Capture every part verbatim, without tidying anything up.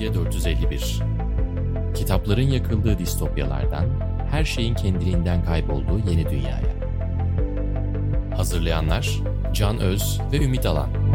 Medya dört yüz elli bir. Kitapların yakıldığı distopyalardan, her şeyin kendiliğinden kaybolduğu yeni dünyaya. Hazırlayanlar Can Öz ve Ümit Alan.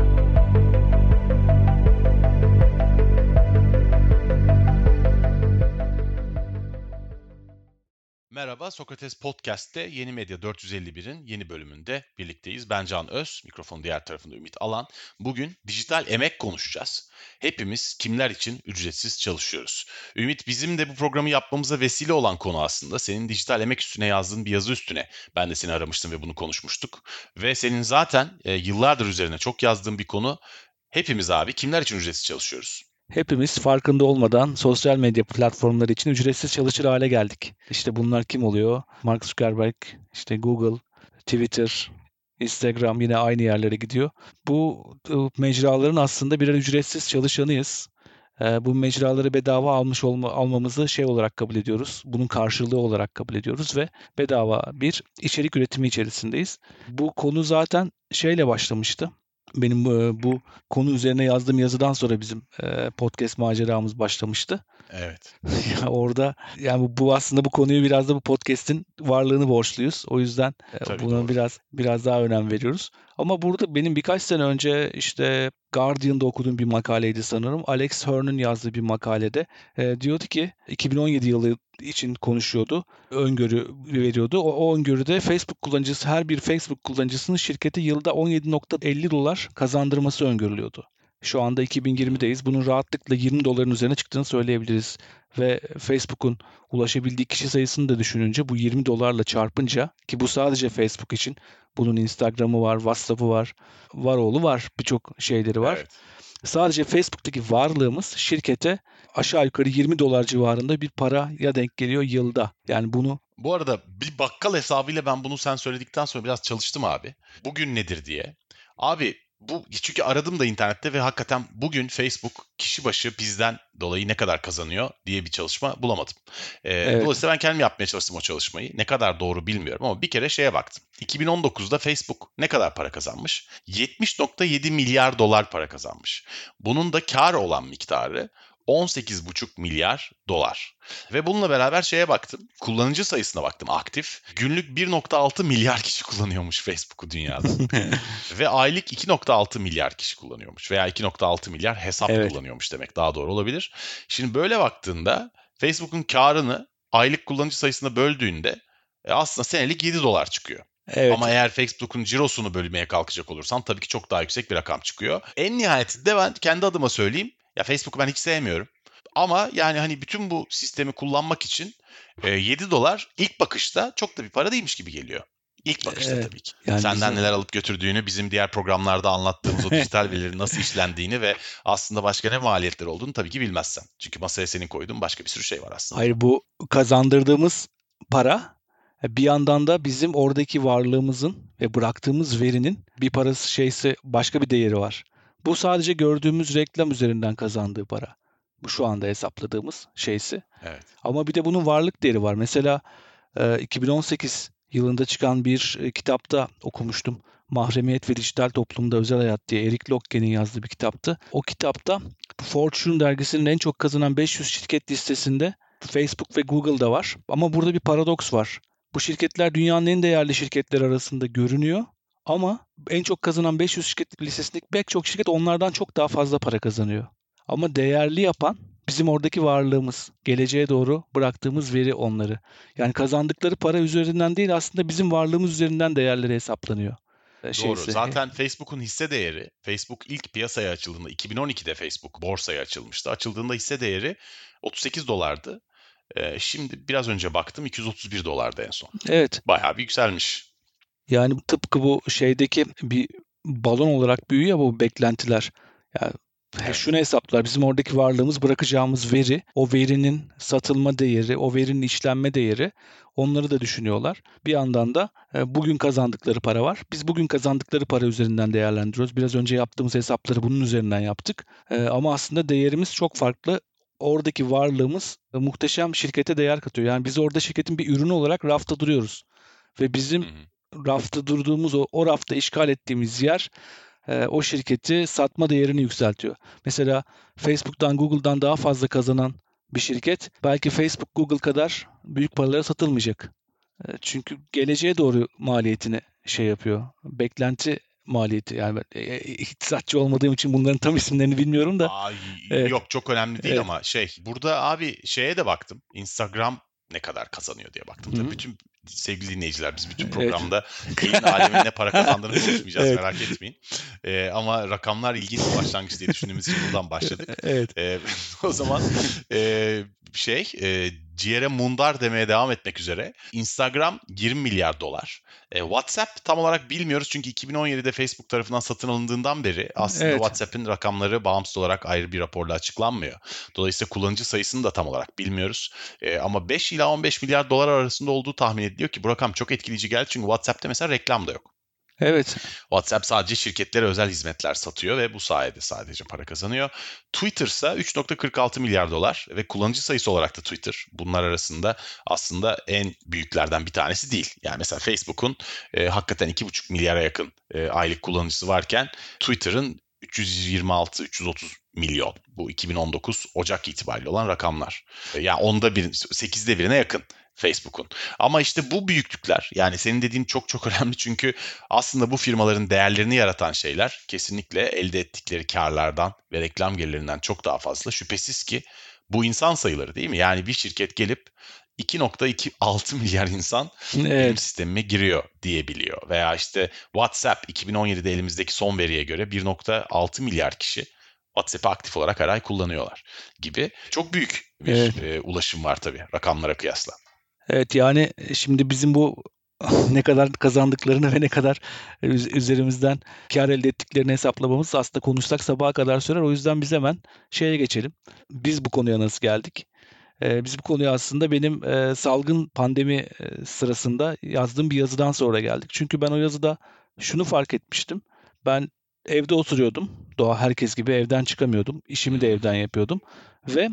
Merhaba, Sokrates Podcast'te Yeni Medya dört yüz elli bir'in yeni bölümünde birlikteyiz. Ben Can Öz, mikrofonun diğer tarafında Ümit Alan. Bugün dijital emek konuşacağız. Hepimiz kimler için ücretsiz çalışıyoruz? Ümit, bizim de bu programı yapmamıza vesile olan konu aslında. Senin dijital emek üstüne yazdığın bir yazı üstüne ben de seni aramıştım ve bunu konuşmuştuk. Ve senin zaten e, yıllardır üzerine çok yazdığın bir konu. Hepimiz abi kimler için ücretsiz çalışıyoruz? Hepimiz farkında olmadan sosyal medya platformları için ücretsiz çalışır hale geldik. İşte bunlar kim oluyor? Mark Zuckerberg, işte Google, Twitter, Instagram yine aynı yerlere gidiyor. Bu mecraların aslında birer ücretsiz çalışanıyız. Bu mecraları bedava almış olma, almamızı şey olarak kabul ediyoruz. Bunun karşılığı olarak kabul ediyoruz ve bedava bir içerik üretimi içerisindeyiz. Bu konu zaten şeyle başlamıştı. Benim bu konu üzerine yazdığım yazıdan sonra bizim podcast maceramız başlamıştı. Evet. Ya orada yani bu aslında bu konuyu biraz da bu podcast'in varlığını borçluyuz. O yüzden Tabii, buna doğru. biraz biraz daha önem veriyoruz. Ama burada benim birkaç sene önce işte Guardian'da okuduğum bir makaleydi sanırım. Alex Hearn'ın yazdığı bir makalede e, diyordu ki iki bin on yedi yılı için konuşuyordu. Öngörü veriyordu. O, o öngörüde Facebook kullanıcısı her bir Facebook kullanıcısının şirkete yılda on yedi virgül elli dolar kazandırması öngörülüyordu. Şu anda iki bin yirmideyiz. Bunun rahatlıkla yirmi doların üzerine çıktığını söyleyebiliriz. Ve Facebook'un ulaşabildiği kişi sayısını da düşününce bu yirmi dolarla çarpınca, ki bu sadece Facebook için, bunun Instagram'ı var, WhatsApp'ı var, var oğlu var, birçok şeyleri var. Evet. Sadece Facebook'taki varlığımız şirkete aşağı yukarı yirmi dolar civarında bir paraya denk geliyor yılda. Yani bunu Bu arada bir bakkal hesabıyla ben bunu sen söyledikten sonra biraz çalıştım abi. Bugün nedir diye. Abi bu çünkü aradım da internette ve hakikaten bugün Facebook kişi başı bizden dolayı ne kadar kazanıyor diye bir çalışma bulamadım. Ee, Evet. Dolayısıyla ben kendim yapmaya çalıştım o çalışmayı. Ne kadar doğru bilmiyorum ama bir kere şeye baktım. iki bin on dokuzda Facebook ne kadar para kazanmış? yetmiş virgül yedi milyar dolar para kazanmış. Bunun da kar olan miktarı on sekiz virgül beş milyar dolar. Ve bununla beraber şeye baktım. Kullanıcı sayısına baktım aktif. Günlük bir virgül altı milyar kişi kullanıyormuş Facebook'u dünyada. Ve aylık iki virgül altı milyar kişi kullanıyormuş. Veya iki virgül altı milyar hesap Evet. kullanıyormuş demek daha doğru olabilir. Şimdi böyle baktığında Facebook'un karını aylık kullanıcı sayısına böldüğünde e, aslında senelik yedi dolar çıkıyor. Evet. Ama eğer Facebook'un cirosunu bölmeye kalkacak olursan tabii ki çok daha yüksek bir rakam çıkıyor. En nihayetinde ben kendi adıma söyleyeyim. Ya Facebook'u ben hiç sevmiyorum. Ama yani hani bütün bu sistemi kullanmak için e, yedi dolar ilk bakışta çok da bir para değilmiş gibi geliyor. İlk bakışta Evet. tabii ki. Yani Senden bizim- neler alıp götürdüğünü, bizim diğer programlarda anlattığımız o dijital verilerin nasıl işlendiğini ve aslında başka ne maliyetler olduğunu tabii ki bilmezsen. Çünkü masaya senin koyduğun başka bir sürü şey var aslında. Hayır, bu kazandırdığımız para bir yandan da bizim oradaki varlığımızın ve bıraktığımız verinin bir parası şeysi başka bir değeri var. Bu sadece gördüğümüz reklam üzerinden kazandığı para. Bu şu anda hesapladığımız şeysi. Evet. Ama bir de bunun varlık değeri var. Mesela e, iki bin on sekiz yılında çıkan bir e, kitapta okumuştum. Mahremiyet ve Dijital Toplumda Özel Hayat diye Eric Locke'nin yazdığı bir kitaptı. O kitapta Fortune dergisinin en çok kazanan beş yüz şirket listesinde Facebook ve Google da var. Ama burada bir paradoks var. Bu şirketler dünyanın en değerli şirketleri arasında görünüyor. Ama en çok kazanan beş yüz şirket listesindeki pek çok şirket onlardan çok daha fazla para kazanıyor. Ama değerli yapan bizim oradaki varlığımız, geleceğe doğru bıraktığımız veri onları. Yani kazandıkları para üzerinden değil, aslında bizim varlığımız üzerinden değerleri hesaplanıyor. Doğru. Şeyse, Zaten Facebook'un hisse değeri, Facebook ilk piyasaya açıldığında iki bin on ikide Facebook borsaya açılmıştı. Açıldığında hisse değeri otuz sekiz dolardı. Ee, şimdi biraz önce baktım iki yüz otuz bir dolardı en son. Evet. Bayağı bir yükselmiş. Yani tıpkı bu şeydeki bir balon olarak büyüyor bu beklentiler. Yani Evet. şunu hesaplar, bizim oradaki varlığımız, bırakacağımız veri, o verinin satılma değeri, o verinin işlenme değeri, onları da düşünüyorlar. Bir yandan da e, bugün kazandıkları para var. Biz bugün kazandıkları para üzerinden değerlendiriyoruz. Biraz önce yaptığımız hesapları bunun üzerinden yaptık. E, ama aslında değerimiz çok farklı. Oradaki varlığımız e, muhteşem şirkete değer katıyor. Yani biz orada şirketin bir ürünü olarak rafta duruyoruz. Ve bizim Hı hı. rafta durduğumuz o, o rafta işgal ettiğimiz yer e, o şirketi satma değerini yükseltiyor. Mesela Facebook'tan, Google'dan daha fazla kazanan bir şirket belki Facebook, Google kadar büyük paralara satılmayacak. E, çünkü geleceğe doğru maliyetini şey yapıyor. Beklenti maliyeti. Yani ben, e, e, iktisatçı olmadığım için bunların tam isimlerini bilmiyorum da. Aa, Evet, yok çok önemli değil evet. ama şey burada abi şeye de baktım. Instagram ne kadar kazanıyor diye baktım. Tabii Hı-hı. bütün sevgili dinleyiciler biz bütün Evet. programda elin alemin ne para kazandığını konuşmayacağız Evet. merak etmeyin. Ee, ama rakamlar ilginç bir başlangıç diye düşündüğümüz için buradan başladık. Evet. Ee, o zaman e, şey e, ciğere mundar demeye devam etmek üzere. Instagram yirmi milyar dolar. E, WhatsApp tam olarak bilmiyoruz çünkü iki bin on yedide Facebook tarafından satın alındığından beri aslında Evet. WhatsApp'ın rakamları bağımsız olarak ayrı bir raporla açıklanmıyor. Dolayısıyla kullanıcı sayısını da tam olarak bilmiyoruz. E, ama beş ila on beş milyar dolar arasında olduğu tahmin ediliyor ki bu rakam çok etkileyici geldi çünkü WhatsApp'ta mesela reklam da yok. Evet. WhatsApp sadece şirketlere özel hizmetler satıyor ve bu sayede sadece para kazanıyor. Twitter ise üç virgül kırk altı milyar dolar ve kullanıcı sayısı olarak da Twitter bunlar arasında aslında en büyüklerden bir tanesi değil. Yani mesela Facebook'un e, hakikaten iki buçuk milyara yakın e, aylık kullanıcısı varken Twitter'ın üç yüz yirmi altı üç yüz otuz milyon. Bu iki bin on dokuz Ocak itibariyle olan rakamlar. E, yani onda bir, sekizde birine yakın. Facebook'un. Ama işte bu büyüklükler yani senin dediğin çok çok önemli çünkü aslında bu firmaların değerlerini yaratan şeyler kesinlikle elde ettikleri karlardan ve reklam gelirlerinden çok daha fazla. Şüphesiz ki bu insan sayıları değil mi? Yani bir şirket gelip iki virgül iki altı milyar insan Evet. benim sistemime giriyor diyebiliyor. Veya işte WhatsApp iki bin on yedide elimizdeki son veriye göre bir virgül altı milyar kişi WhatsApp'ı aktif olarak her ay kullanıyorlar gibi. Çok büyük bir Evet. e, ulaşım var tabii rakamlara kıyasla. Evet yani şimdi bizim bu ne kadar kazandıklarını ve ne kadar üzerimizden kar elde ettiklerini hesaplamamız aslında konuşsak sabaha kadar sürer. O yüzden biz hemen şeye geçelim. Biz bu konuya nasıl geldik? Ee, biz bu konuya aslında benim e, salgın pandemi e, sırasında yazdığım bir yazıdan sonra geldik. Çünkü ben o yazıda şunu fark etmiştim. Ben evde oturuyordum. Doğa herkes gibi evden çıkamıyordum. İşimi de evden yapıyordum. Ve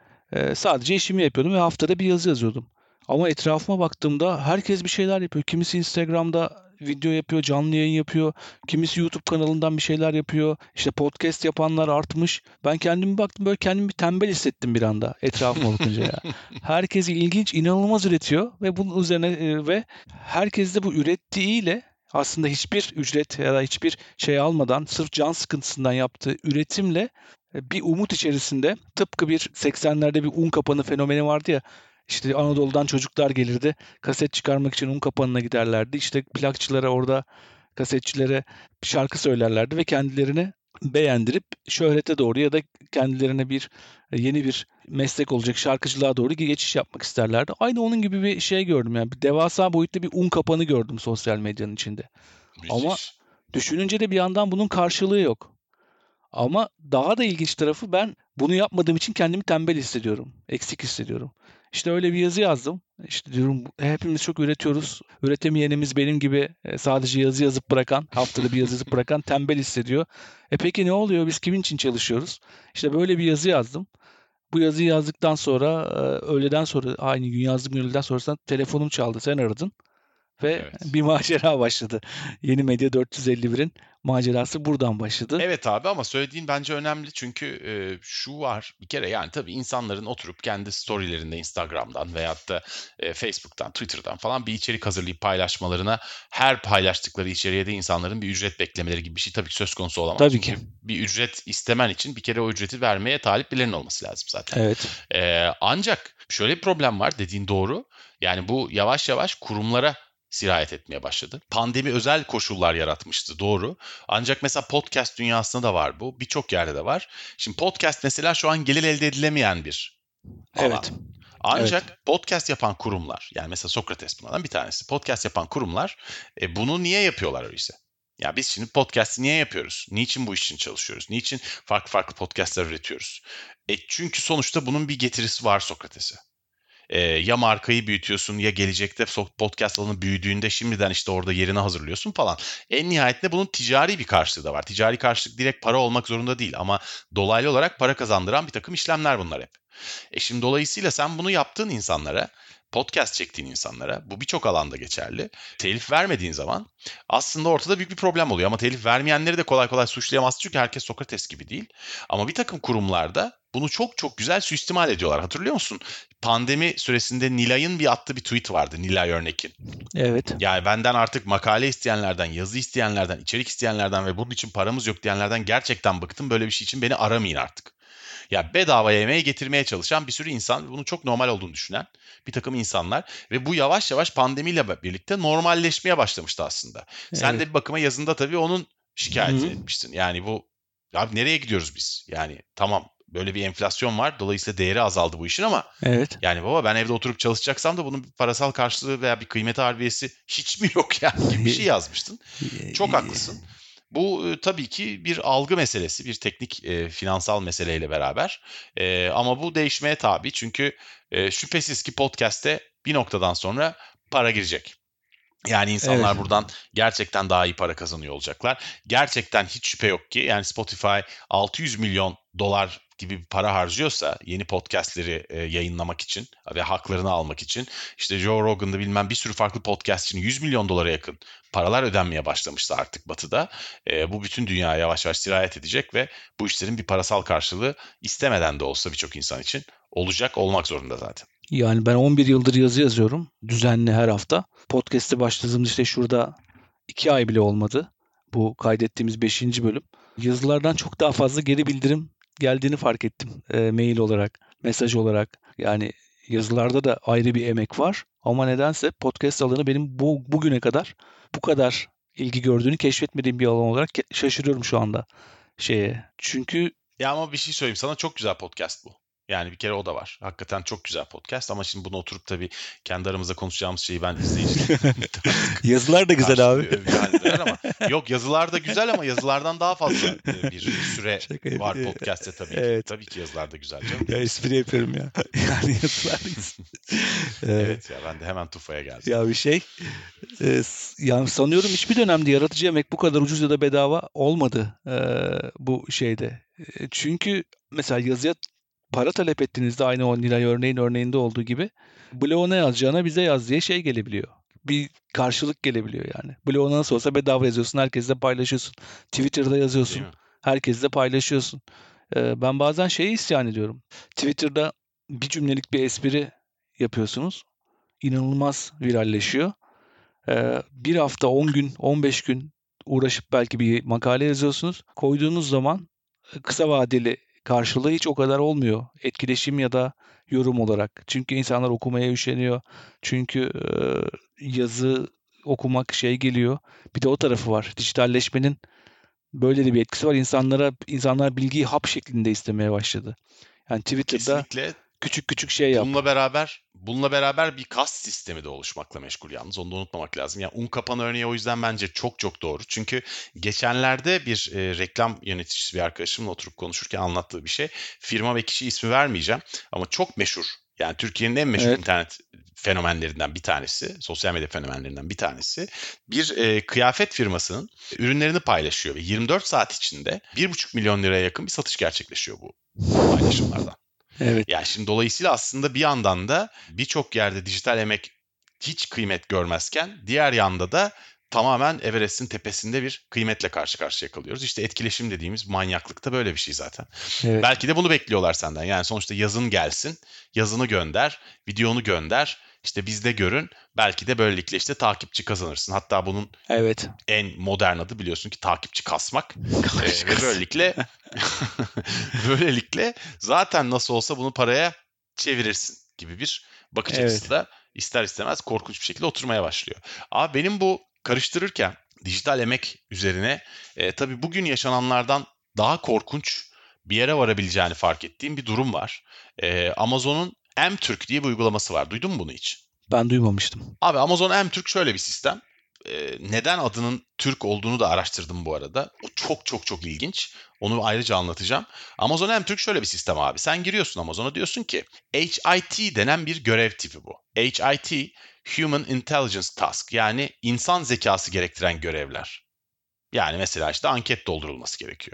e, sadece işimi yapıyordum ve haftada bir yazı yazıyordum. Ama etrafıma baktığımda herkes bir şeyler yapıyor. Kimisi Instagram'da video yapıyor, canlı yayın yapıyor. Kimisi YouTube kanalından bir şeyler yapıyor. İşte podcast yapanlar artmış. Ben kendime baktım böyle kendimi bir tembel hissettim bir anda etrafıma bakınca ya. Herkes ilginç, inanılmaz üretiyor ve bunun üzerine e, ve herkes de bu ürettiğiyle aslında hiçbir ücret ya da hiçbir şey almadan sırf can sıkıntısından yaptığı üretimle e, bir umut içerisinde tıpkı bir seksenlerde bir un kapanı fenomeni vardı ya. İşte Anadolu'dan çocuklar gelirdi. Kaset çıkarmak için un kapanına giderlerdi. İşte plakçılara orada kasetçilere şarkı söylerlerdi ve kendilerini beğendirip şöhrete doğru ya da kendilerine bir yeni bir meslek olacak şarkıcılığa doğru geçiş yapmak isterlerdi. Aynı onun gibi bir şey gördüm yani. Bir devasa boyutta bir un kapanı gördüm sosyal medyanın içinde. Ama Müthiş. düşününce de bir yandan bunun karşılığı yok. Ama daha da ilginç tarafı ben bunu yapmadığım için kendimi tembel hissediyorum. Eksik hissediyorum. İşte öyle bir yazı yazdım. İşte diyorum hepimiz çok üretiyoruz. Üretemeyenimiz benim gibi e, sadece yazı yazıp bırakan, haftada bir yazı yazıp bırakan tembel hissediyor. E peki ne oluyor? Biz kimin için çalışıyoruz? İşte böyle bir yazı yazdım. Bu yazıyı yazdıktan sonra e, öğleden sonra aynı gün yazdığım gün öğleden sonrasında telefonum çaldı. Sen aradın. Ve Evet. bir macera başladı. Yeni Medya dört yüz elli birin macerası buradan başladı. Evet abi ama söylediğin bence önemli çünkü e, şu var bir kere yani tabii insanların oturup kendi storylerinde Instagram'dan veyahut da e, Facebook'tan, Twitter'dan falan bir içerik hazırlayıp paylaşmalarına her paylaştıkları içeriğe de insanların bir ücret beklemeleri gibi bir şey tabii ki söz konusu olamaz. Tabii çünkü ki. bir ücret istemen için bir kere o ücreti vermeye talip birilerinin olması lazım zaten. Evet. E, ancak şöyle bir problem var dediğin doğru. Yani bu yavaş yavaş kurumlara sirayet etmeye başladı. Pandemi özel koşullar yaratmıştı doğru. Ancak mesela podcast dünyasında da var bu. Birçok yerde de var. Şimdi podcast mesela şu an gelir elde edilemeyen bir alan. Evet. Ancak Evet. podcast yapan kurumlar yani mesela Sokrates bunlardan bir tanesi. Podcast yapan kurumlar e, bunu niye yapıyorlar öyleyse? Ya biz şimdi podcast'i niye yapıyoruz? Niçin bu iş için çalışıyoruz? Niçin farklı farklı podcast'lar üretiyoruz? E çünkü sonuçta bunun bir getirisi var Sokrates'e. Ee, ya markayı büyütüyorsun ya gelecekte podcast alanı büyüdüğünde şimdiden işte orada yerini hazırlıyorsun falan. En nihayetinde bunun ticari bir karşılığı da var. Ticari karşılık direkt para olmak zorunda değil ama dolaylı olarak para kazandıran bir takım işlemler bunlar hep. E şimdi dolayısıyla sen bunu yaptığın insanlara podcast çektiğin insanlara, bu birçok alanda geçerli, telif vermediğin zaman aslında ortada büyük bir problem oluyor. Ama telif vermeyenleri de kolay kolay suçlayamazsın çünkü herkes Sokrates gibi değil. Ama bir takım kurumlarda bunu çok çok güzel suistimal ediyorlar. Hatırlıyor musun? Pandemi süresinde Nilay'ın bir attığı bir tweet vardı. Nilay Örnek'in. Evet. Yani benden artık makale isteyenlerden, yazı isteyenlerden, içerik isteyenlerden ve bunun için paramız yok diyenlerden gerçekten bıktım. Böyle bir şey için beni aramayın artık. Ya bedava yemeği getirmeye çalışan bir sürü insan, bunun çok normal olduğunu düşünen bir takım insanlar ve bu yavaş yavaş pandemiyle birlikte normalleşmeye başlamıştı aslında. Evet. Sen de bir bakıma yazında tabii onun şikayetini etmiştin. Yani bu, abi nereye gidiyoruz biz? Yani tamam, böyle bir enflasyon var. Dolayısıyla değeri azaldı bu işin ama evet. Yani baba ben evde oturup çalışacaksam da bunun bir parasal karşılığı veya bir kıymeti harbiyesi hiç mi yok yani gibi bir şey yazmıştın. Çok haklısın. Bu e, tabii ki bir algı meselesi, bir teknik e, finansal meseleyle beraber. E, ama bu değişmeye tabi çünkü e, şüphesiz ki podcast'te bir noktadan sonra para girecek. Yani insanlar evet. buradan gerçekten daha iyi para kazanıyor olacaklar. Gerçekten hiç şüphe yok ki yani Spotify altı yüz milyon dolar gibi bir para harcıyorsa yeni podcastleri e, yayınlamak için ve haklarını almak için, işte Joe Rogan'da bilmem bir sürü farklı podcast için yüz milyon dolara yakın paralar ödenmeye başlamıştı artık Batı'da. E, bu bütün dünyaya yavaş yavaş sirayet edecek ve bu işlerin bir parasal karşılığı istemeden de olsa birçok insan için olacak, olmak zorunda zaten. Yani ben on bir yıldır yazı yazıyorum. Düzenli her hafta. Podcast'e başladığımız işte şurada iki ay bile olmadı. Bu kaydettiğimiz beşinci bölüm. Yazılardan çok daha fazla geri bildirim geldiğini fark ettim. E, mail olarak, mesaj olarak. Yani yazılarda da ayrı bir emek var. Ama nedense podcast alanı benim bu bugüne kadar bu kadar ilgi gördüğünü keşfetmediğim bir alan olarak şaşırıyorum şu anda şeye. Çünkü... Ya ama bir şey söyleyeyim sana, çok güzel podcast bu. Yani bir kere o da var. Hakikaten çok güzel podcast ama şimdi bunu oturup tabii kendi aramızda konuşacağımız şeyi ben izleyicilerim. Yazılar da güzel abi. Ama yok, yazılar da güzel ama yazılardan daha fazla bir süre Şaka var podcast'te tabii ki. Evet. Tabii ki yazılar da güzel canım. Ya espri yapıyorum ya. Yani yazılar Evet ya, ben de hemen tufaya geldim. Ya bir şey e, yani sanıyorum hiçbir dönemde yaratıcı emek bu kadar ucuz ya da bedava olmadı e, bu şeyde. E, çünkü mesela yazıya para talep ettiğinizde aynı o Nilay örneğin örneğinde olduğu gibi bloğa ne yazacağına bize yaz diye şey gelebiliyor. Bir karşılık gelebiliyor yani. Bloğa nasıl olsa bedava yazıyorsun, herkesle paylaşıyorsun. Twitter'da yazıyorsun, herkesle paylaşıyorsun. Ee, ben bazen şeye isyan ediyorum. Twitter'da bir cümlelik bir espri yapıyorsunuz. İnanılmaz viralleşiyor. Ee, bir hafta, on gün, on beş gün uğraşıp belki bir makale yazıyorsunuz. Koyduğunuz zaman kısa vadeli karşılığı hiç o kadar olmuyor. Etkileşim ya da yorum olarak. Çünkü insanlar okumaya üşeniyor. Çünkü e, yazı okumak şey geliyor. Bir de o tarafı var. Dijitalleşmenin böyle de bir etkisi var. İnsanlara insanlar bilgiyi hap şeklinde istemeye başladı. Yani Twitter'da kesinlikle küçük küçük şey yap. Bununla beraber bununla beraber bir kas sistemi de oluşmakla meşgul yalnız. Onu da unutmamak lazım. Yani Unkapan örneği o yüzden bence çok çok doğru. Çünkü geçenlerde bir e, reklam yöneticisi bir arkadaşımla oturup konuşurken anlattığı bir şey. Firma ve kişi ismi vermeyeceğim ama çok meşhur. Yani Türkiye'nin en meşhur evet. internet fenomenlerinden bir tanesi, sosyal medya fenomenlerinden bir tanesi. Bir e, kıyafet firmasının ürünlerini paylaşıyor ve yirmi dört saat içinde bir buçuk milyon liraya yakın bir satış gerçekleşiyor bu paylaşımlardan. Evet. Yani şimdi dolayısıyla aslında bir yandan da birçok yerde dijital emek hiç kıymet görmezken diğer yanda da tamamen Everest'in tepesinde bir kıymetle karşı karşıya kalıyoruz. İşte etkileşim dediğimiz manyaklık da böyle bir şey zaten. Evet. Belki de bunu bekliyorlar senden. Yani sonuçta yazın gelsin, yazını gönder, videonu gönder, işte bizde görün. Belki de böylelikle işte takipçi kazanırsın. Hatta bunun evet. en modern adı biliyorsun ki takipçi kasmak. ee, ve böylelikle böylelikle zaten nasıl olsa bunu paraya çevirirsin gibi bir bakış evet. açısı da ister istemez korkunç bir şekilde oturmaya başlıyor. Ama benim bu karıştırırken dijital emek üzerine e, tabii bugün yaşananlardan daha korkunç bir yere varabileceğini fark ettiğim bir durum var. E, Amazon'un M-Türk diye bir uygulaması var. Duydun mu bunu hiç? Ben duymamıştım. Abi Amazon M-Türk şöyle bir sistem. Ee, neden adının Türk olduğunu da araştırdım bu arada. O çok çok çok ilginç. Onu ayrıca anlatacağım. Amazon M-Türk şöyle bir sistem abi. Sen giriyorsun Amazon'a, diyorsun ki H I T denen bir görev tipi bu. H I T, Human Intelligence Task, yani insan zekası gerektiren görevler. Yani mesela işte anket doldurulması gerekiyor.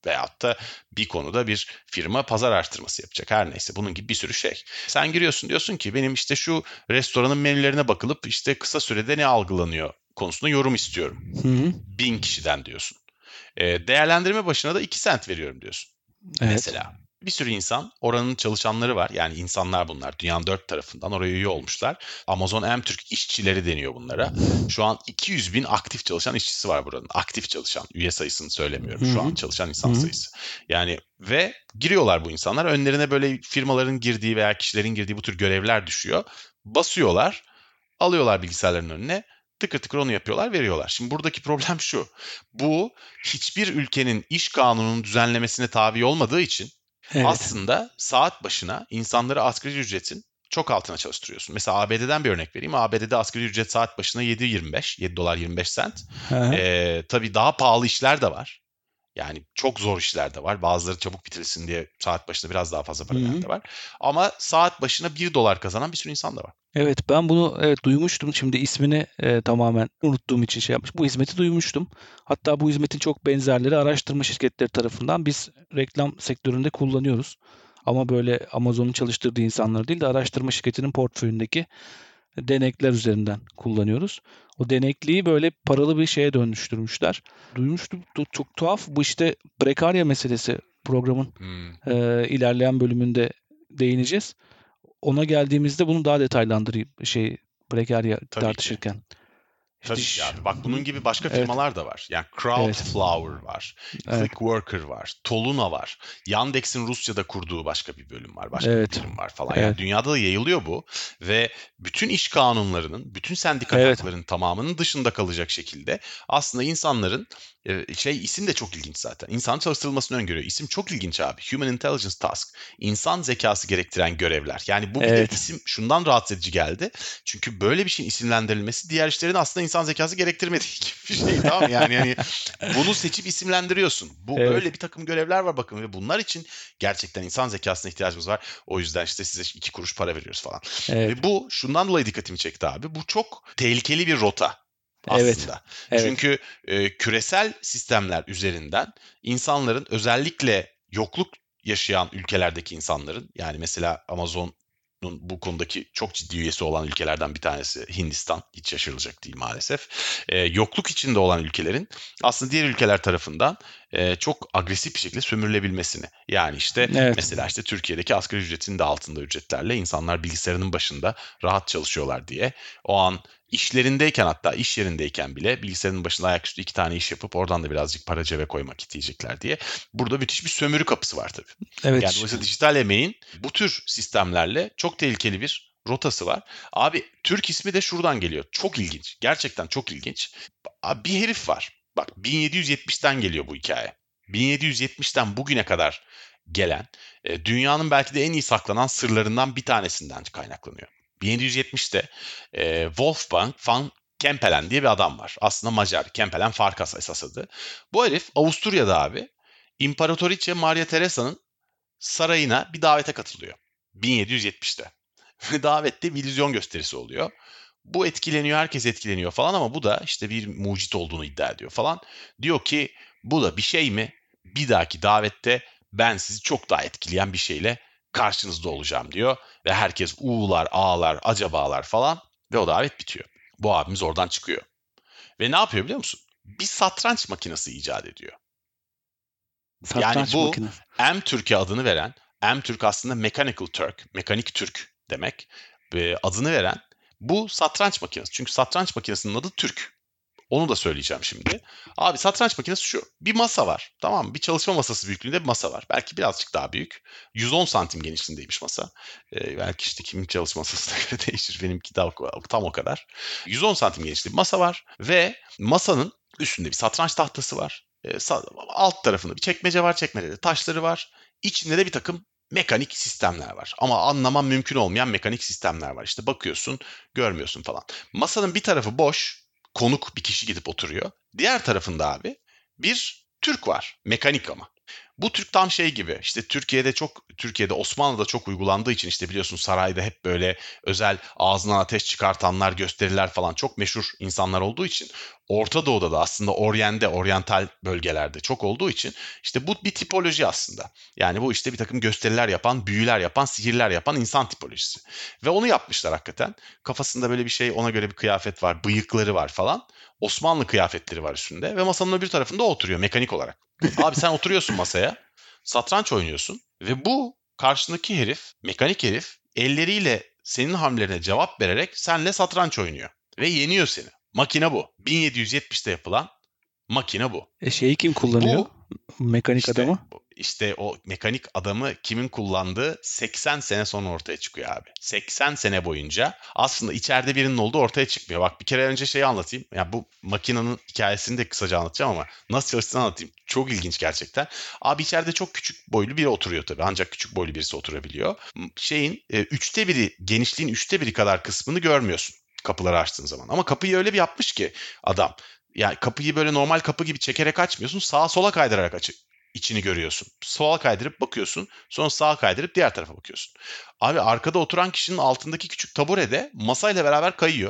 Veyahut da bir konuda bir firma pazar araştırması yapacak. Her neyse bunun gibi bir sürü şey. Sen giriyorsun diyorsun ki benim işte şu restoranın menülerine bakılıp işte kısa sürede ne algılanıyor konusunda yorum istiyorum. Hı hı. Bin kişiden diyorsun. E, değerlendirme başına da iki sent veriyorum diyorsun. Evet. Mesela bir sürü insan, oranın çalışanları var. Yani insanlar bunlar. Dünyanın dört tarafından oraya üye olmuşlar. Amazon M-Türk işçileri deniyor bunlara. Şu an iki yüz bin aktif çalışan işçisi var buranın. Aktif çalışan. Üye sayısını söylemiyorum. Şu an çalışan insan Hı-hı. sayısı. Yani ve giriyorlar bu insanlar. Önlerine böyle firmaların girdiği veya kişilerin girdiği bu tür görevler düşüyor. Basıyorlar. Alıyorlar bilgisayarların önüne. Tıkır tıkır onu yapıyorlar, veriyorlar. Şimdi buradaki problem şu. Bu hiçbir ülkenin iş kanununun düzenlemesine tabi olmadığı için Evet. aslında saat başına insanları asgari ücretin çok altına çalıştırıyorsun. Mesela A B D'den bir örnek vereyim. A B D'de asgari ücret saat başına yedi yirmi beş, yedi dolar yirmi beş sent. Ee, tabii daha pahalı işler de var. Yani çok zor işler de var. Bazıları çabuk bitirilsin diye saat başına biraz daha fazla para veren de var. Ama saat başına bir dolar kazanan bir sürü insan da var. Evet, ben bunu evet duymuştum. Şimdi ismini e, tamamen unuttuğum için şey yapmış. Bu hizmeti duymuştum. Hatta bu hizmetin çok benzerleri araştırma şirketleri tarafından biz reklam sektöründe kullanıyoruz. Ama böyle Amazon'un çalıştırdığı insanlar değil de araştırma şirketinin portföyündeki denekler üzerinden kullanıyoruz. O denekliği böyle paralı bir şeye dönüştürmüşler. Duymuştum. Çok, çok tuhaf. Bu işte prekarya meselesi programın Hmm. e, ilerleyen bölümünde değineceğiz. Ona geldiğimizde bunu daha detaylandırayım şey prekarya Tabii tartışırken. Ki. İşte Tabii ş- yani. Bak bunun gibi başka Evet. firmalar da var. Yani Crowdflower var. Evet. Clickworker var. Toluna var. Yandex'in Rusya'da kurduğu başka bir bölüm var. Başka Evet. bir birim var falan. Evet. Yani dünyada da yayılıyor bu. Ve bütün iş kanunlarının, bütün sendika Evet. haklarının tamamının dışında kalacak şekilde aslında insanların e, şey isim de çok ilginç zaten. İnsan çalıştırılmasını öngörüyor. İsim çok ilginç abi. Human Intelligence Task. İnsan zekası gerektiren görevler. Yani bu bir Evet. de isim şundan rahatsız edici geldi. Çünkü böyle bir şeyin isimlendirilmesi diğer işlerin aslında insan zekası gerektirmediği gibi bir şey, tamam mı? Yani yani bunu seçip isimlendiriyorsun. Bu Evet. böyle bir takım görevler var bakın ve bunlar için gerçekten insan zekasına ihtiyacımız var. O yüzden işte size iki kuruş para veriyoruz falan. Evet. Ve bu şundan dolayı dikkatimi çekti abi. Bu çok tehlikeli bir rota Evet. aslında. Evet. Çünkü e, küresel sistemler üzerinden insanların, özellikle yokluk yaşayan ülkelerdeki insanların, yani mesela Amazon bu konudaki çok ciddi üyesi olan ülkelerden bir tanesi Hindistan. Hiç şaşırılacak değil maalesef. Ee, yokluk içinde olan ülkelerin aslında diğer ülkeler tarafından e, çok agresif bir şekilde sömürülebilmesini. Yani işte Evet. mesela işte Türkiye'deki asgari ücretin de altında ücretlerle insanlar bilgisayarının başında rahat çalışıyorlar diye. O an işlerindeyken, hatta iş yerindeyken bile bilgisayarın başında ayaküstü iki tane iş yapıp oradan da birazcık para cebe koymak isteyecekler diye. Burada müthiş bir sömürü kapısı var tabii. Evet. Yani dolayısıyla dijital emeğin bu tür sistemlerle çok tehlikeli bir rotası var. Abi Türk ismi de şuradan geliyor. Çok ilginç. Gerçekten çok ilginç. Abi bir herif var. Bak bin yedi yüz yetmişten geliyor bu hikaye. bin yedi yüz yetmişten bugüne kadar gelen e, dünyanın belki de en iyi saklanan sırlarından bir tanesinden kaynaklanıyor. bin yedi yüz yetmişte e, Wolfgang van Kempelen diye bir adam var. Aslında Macar. Kempelen Farkas esas adı. Bu herif Avusturya'da abi İmparatoriçe Maria Teresa'nın sarayına bir davete katılıyor. bin yedi yüz yetmişte. Ve davette bir illüzyon gösterisi oluyor. Bu etkileniyor, herkes etkileniyor falan ama bu da işte bir mucit olduğunu iddia ediyor falan. Diyor ki bu da bir şey mi? Bir dahaki davette ben sizi çok daha etkileyen bir şeyle karşınızda olacağım diyor. Ve herkes uğular, ağlar, acabalar falan ve o davet bitiyor. Bu abimiz oradan çıkıyor. Ve ne yapıyor biliyor musun? Bir satranç makinesi icat ediyor. Satranç Yani bu makinesi. M-Türk'e adını veren, M-Türk aslında Mechanical Turk, mekanik Türk demek. Ve adını veren bu satranç makinesi. Çünkü satranç makinesinin adı Türk. Onu da söyleyeceğim şimdi. Abi satranç makinesi şu. Bir masa var. Tamam mı? Bir çalışma masası büyüklüğünde bir masa var. Belki birazcık daha büyük. yüz on santim genişliğindeymiş masa. Ee, belki işte kimin çalışma masasına göre değişir. Benimki tam, tam o kadar. yüz on santim genişliğinde bir masa var. Ve masanın üstünde bir satranç tahtası var. Ee, alt tarafında bir çekmece var. Çekmecede taşları var. İçinde de bir takım mekanik sistemler var. Ama anlaman mümkün olmayan mekanik sistemler var. İşte bakıyorsun, görmüyorsun falan. Masanın bir tarafı boş. Konuk bir kişi gidip oturuyor. Diğer tarafında abi bir Türk var. Mekanik ama. Bu Türk tam şey gibi. İşte Türkiye'de çok, Türkiye'de Osmanlı'da çok uygulandığı için işte biliyorsun sarayda hep böyle özel ağzından ateş çıkartanlar, gösteriler falan çok meşhur insanlar olduğu için Orta Doğu'da da aslında Orient'de, oryantal bölgelerde çok olduğu için işte bu bir tipoloji aslında. Yani bu işte bir takım gösteriler yapan, büyüler yapan, sihirler yapan insan tipolojisi. Ve onu yapmışlar hakikaten. Kafasında böyle bir şey, ona göre bir kıyafet var, bıyıkları var falan. Osmanlı kıyafetleri var üstünde ve masanın öbür tarafında o oturuyor mekanik olarak. Abi sen oturuyorsun masaya, satranç oynuyorsun ve bu karşındaki herif, mekanik herif elleriyle senin hamlelerine cevap vererek seninle satranç oynuyor ve yeniyor seni. Makine bu. bin yedi yüz yetmişte yapılan makine bu. E şeyi kim kullanıyor? Bu Mekanik işte, adamı. işte o mekanik adamı kimin kullandığı seksen sene sonra ortaya çıkıyor abi. seksen sene boyunca aslında içeride birinin olduğu ortaya çıkmıyor. Bak bir kere önce şeyi anlatayım. Ya bu makinenin hikayesini de kısaca anlatacağım ama nasıl çalıştığını anlatayım. Çok ilginç gerçekten. Abi içeride çok küçük boylu biri oturuyor tabii. Ancak küçük boylu birisi oturabiliyor. Şeyin e, üçte biri, genişliğin üçte biri kadar kısmını görmüyorsun kapıları açtığın zaman. Ama kapıyı öyle bir yapmış ki adam. Yani kapıyı böyle normal kapı gibi çekerek açmıyorsun. Sağa sola kaydırarak aç içini görüyorsun. Sola kaydırıp bakıyorsun. Sonra sağa kaydırıp diğer tarafa bakıyorsun. Abi arkada oturan kişinin altındaki küçük taburede masayla beraber kayıyor.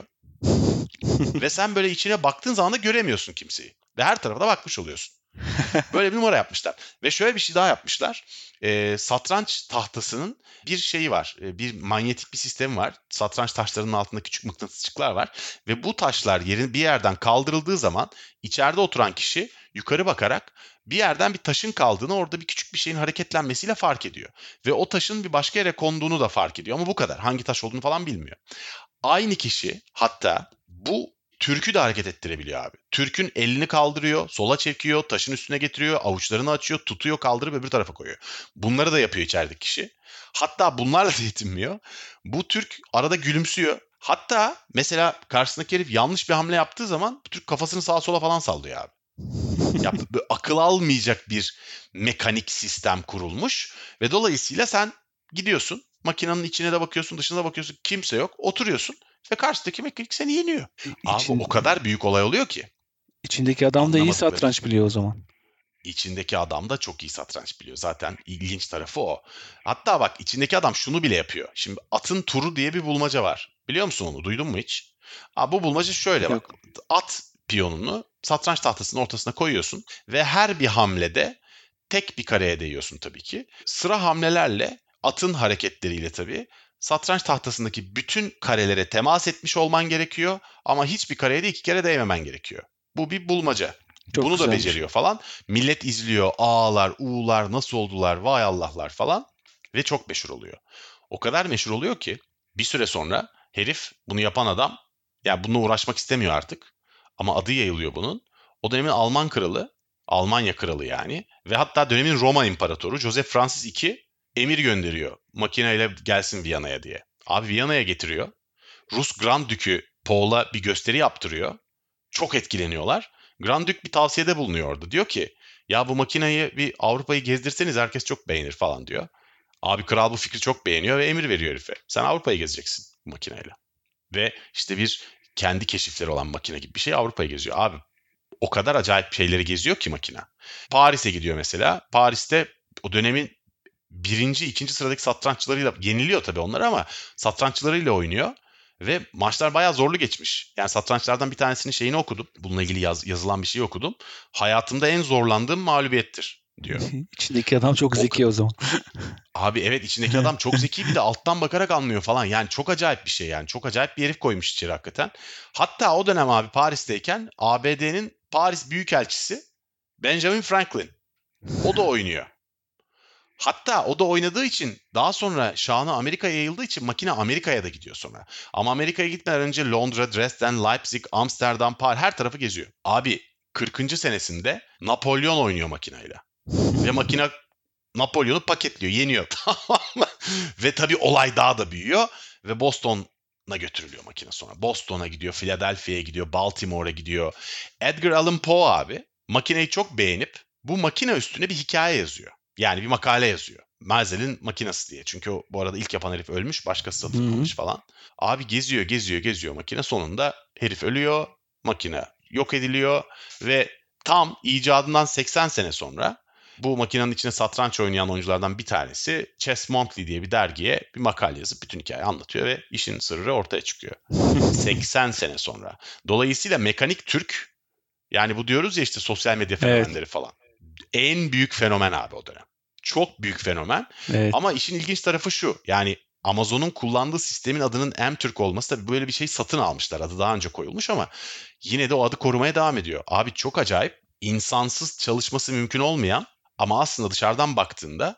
Ve sen böyle içine baktığın zaman da göremiyorsun kimseyi. Ve her tarafa da bakmış oluyorsun. Böyle bir numara yapmışlar. Ve şöyle bir şey daha yapmışlar. E, satranç tahtasının bir şeyi var. E, bir manyetik bir sistemi var. Satranç taşlarının altında küçük mıknatısçıklar var. Ve bu taşlar yerin bir yerden kaldırıldığı zaman içeride oturan kişi yukarı bakarak bir yerden bir taşın kaldığını, orada bir küçük bir şeyin hareketlenmesiyle fark ediyor. Ve o taşın bir başka yere konduğunu da fark ediyor. Ama bu kadar. Hangi taş olduğunu falan bilmiyor. Aynı kişi hatta bu Türk'ü de hareket ettirebiliyor abi. Türk'ün elini kaldırıyor, sola çekiyor, taşın üstüne getiriyor, avuçlarını açıyor, tutuyor, kaldırıp öbür tarafa koyuyor. Bunları da yapıyor içerideki kişi. Hatta bunlarla da yetinmiyor. Bu Türk arada gülümsüyor. Hatta mesela karşısındaki herif yanlış bir hamle yaptığı zaman bu Türk kafasını sağa sola falan sallıyor abi. Ya, akıl almayacak bir mekanik sistem kurulmuş ve dolayısıyla sen gidiyorsun, makinenin içine de bakıyorsun, dışına da bakıyorsun, kimse yok, oturuyorsun. Ve karşıdaki mekanik seni yeniyor. İçin, Abi o kadar büyük olay oluyor ki. İçindeki adam da iyi satranç biliyor o zaman. İçindeki adam da çok iyi satranç biliyor. Zaten ilginç tarafı o. Hatta bak içindeki adam şunu bile yapıyor. Şimdi atın turu diye bir bulmaca var. Biliyor musun onu? Duydun mu hiç? Abi bu bulmaca şöyle bak. Yok. At piyonunu satranç tahtasının ortasına koyuyorsun. Ve her bir hamlede tek bir kareye değiyorsun tabii ki. Sıra hamlelerle, atın hareketleriyle tabii, satranç tahtasındaki bütün karelere temas etmiş olman gerekiyor ama hiçbir kareye de iki kere değmemen gerekiyor. Bu bir bulmaca. Çok Bunu güzelmiş. Da beceriyor falan. Millet izliyor. A'lar, U'lar nasıl oldular, vay Allah'lar falan. Ve çok meşhur oluyor. O kadar meşhur oluyor ki bir süre sonra herif, bunu yapan adam, yani bununla uğraşmak istemiyor artık. Ama adı yayılıyor bunun. O dönemin Alman kralı, Almanya kralı yani. Ve hatta dönemin Roma imparatoru Joseph Francis ikinci emir gönderiyor. Makineyle gelsin Viyana'ya diye. Abi Viyana'ya getiriyor. Rus Grand Dükü Paul'a bir gösteri yaptırıyor. Çok etkileniyorlar. Grand Dük bir tavsiyede bulunuyor orada. Diyor ki ya bu makineyi bir Avrupa'yı gezdirseniz herkes çok beğenir falan diyor. Abi kral bu fikri çok beğeniyor ve emir veriyor herife. Sen Avrupa'yı gezeceksin bu makineyle. Ve işte bir kendi keşifleri olan makine gibi bir şey Avrupa'yı geziyor. Abi o kadar acayip şeyleri geziyor ki makine. Paris'e gidiyor mesela. Paris'te o dönemin birinci, ikinci sıradaki satranççılarıyla yeniliyor tabii onları ama satranççılarıyla oynuyor. Ve maçlar bayağı zorlu geçmiş. Yani satrançlardan bir tanesinin şeyini okudum. Bununla ilgili yaz, yazılan bir şey okudum. Hayatımda en zorlandığım mağlubiyettir diyor. İçindeki adam çok zeki o, o zaman. Abi evet, içindeki adam çok zeki, bir de alttan bakarak anlıyor falan. Yani çok acayip bir şey yani. Çok acayip bir herif koymuş içeri hakikaten. Hatta o dönem abi Paris'teyken A B D'nin Paris Büyükelçisi Benjamin Franklin. O da oynuyor. Hatta o da oynadığı için daha sonra şanı Amerika'ya yayıldığı için makine Amerika'ya da gidiyor sonra. Ama Amerika'ya gitmeden önce Londra, Dresden, Leipzig, Amsterdam, Paris her tarafı geziyor. Abi kırkıncı senesinde Napolyon oynuyor makineyle. Ve makine Napolyon'u paketliyor, yeniyor. Tamam mı? Ve tabii olay daha da büyüyor ve Boston'a götürülüyor makine sonra. Boston'a gidiyor, Philadelphia'ya gidiyor, Baltimore'a gidiyor. Edgar Allan Poe abi makineyi çok beğenip bu makine üstüne bir hikaye yazıyor. Yani bir makale yazıyor. Mazel'in makinesi diye. Çünkü o, bu arada ilk yapan herif ölmüş. Başkası satın almış falan. Abi geziyor geziyor geziyor makine. Sonunda herif ölüyor. Makine yok ediliyor. Ve tam icadından seksen sene sonra bu makinenin içine satranç oynayan oyunculardan bir tanesi Chess Monthly diye bir dergiye bir makale yazıp bütün hikayeyi anlatıyor ve işin sırrı ortaya çıkıyor. seksen sene sonra. Dolayısıyla mekanik Türk Yani bu diyoruz ya işte sosyal medya Evet. fenomenleri falan. En büyük fenomen abi o dönem. Çok büyük fenomen. Evet. Ama işin ilginç tarafı şu. Yani Amazon'un kullandığı sistemin adının M-Türk olması, tabii böyle bir şey satın almışlar. Adı daha önce koyulmuş ama yine de o adı korumaya devam ediyor. Abi çok acayip. İnsansız çalışması mümkün olmayan ama aslında dışarıdan baktığında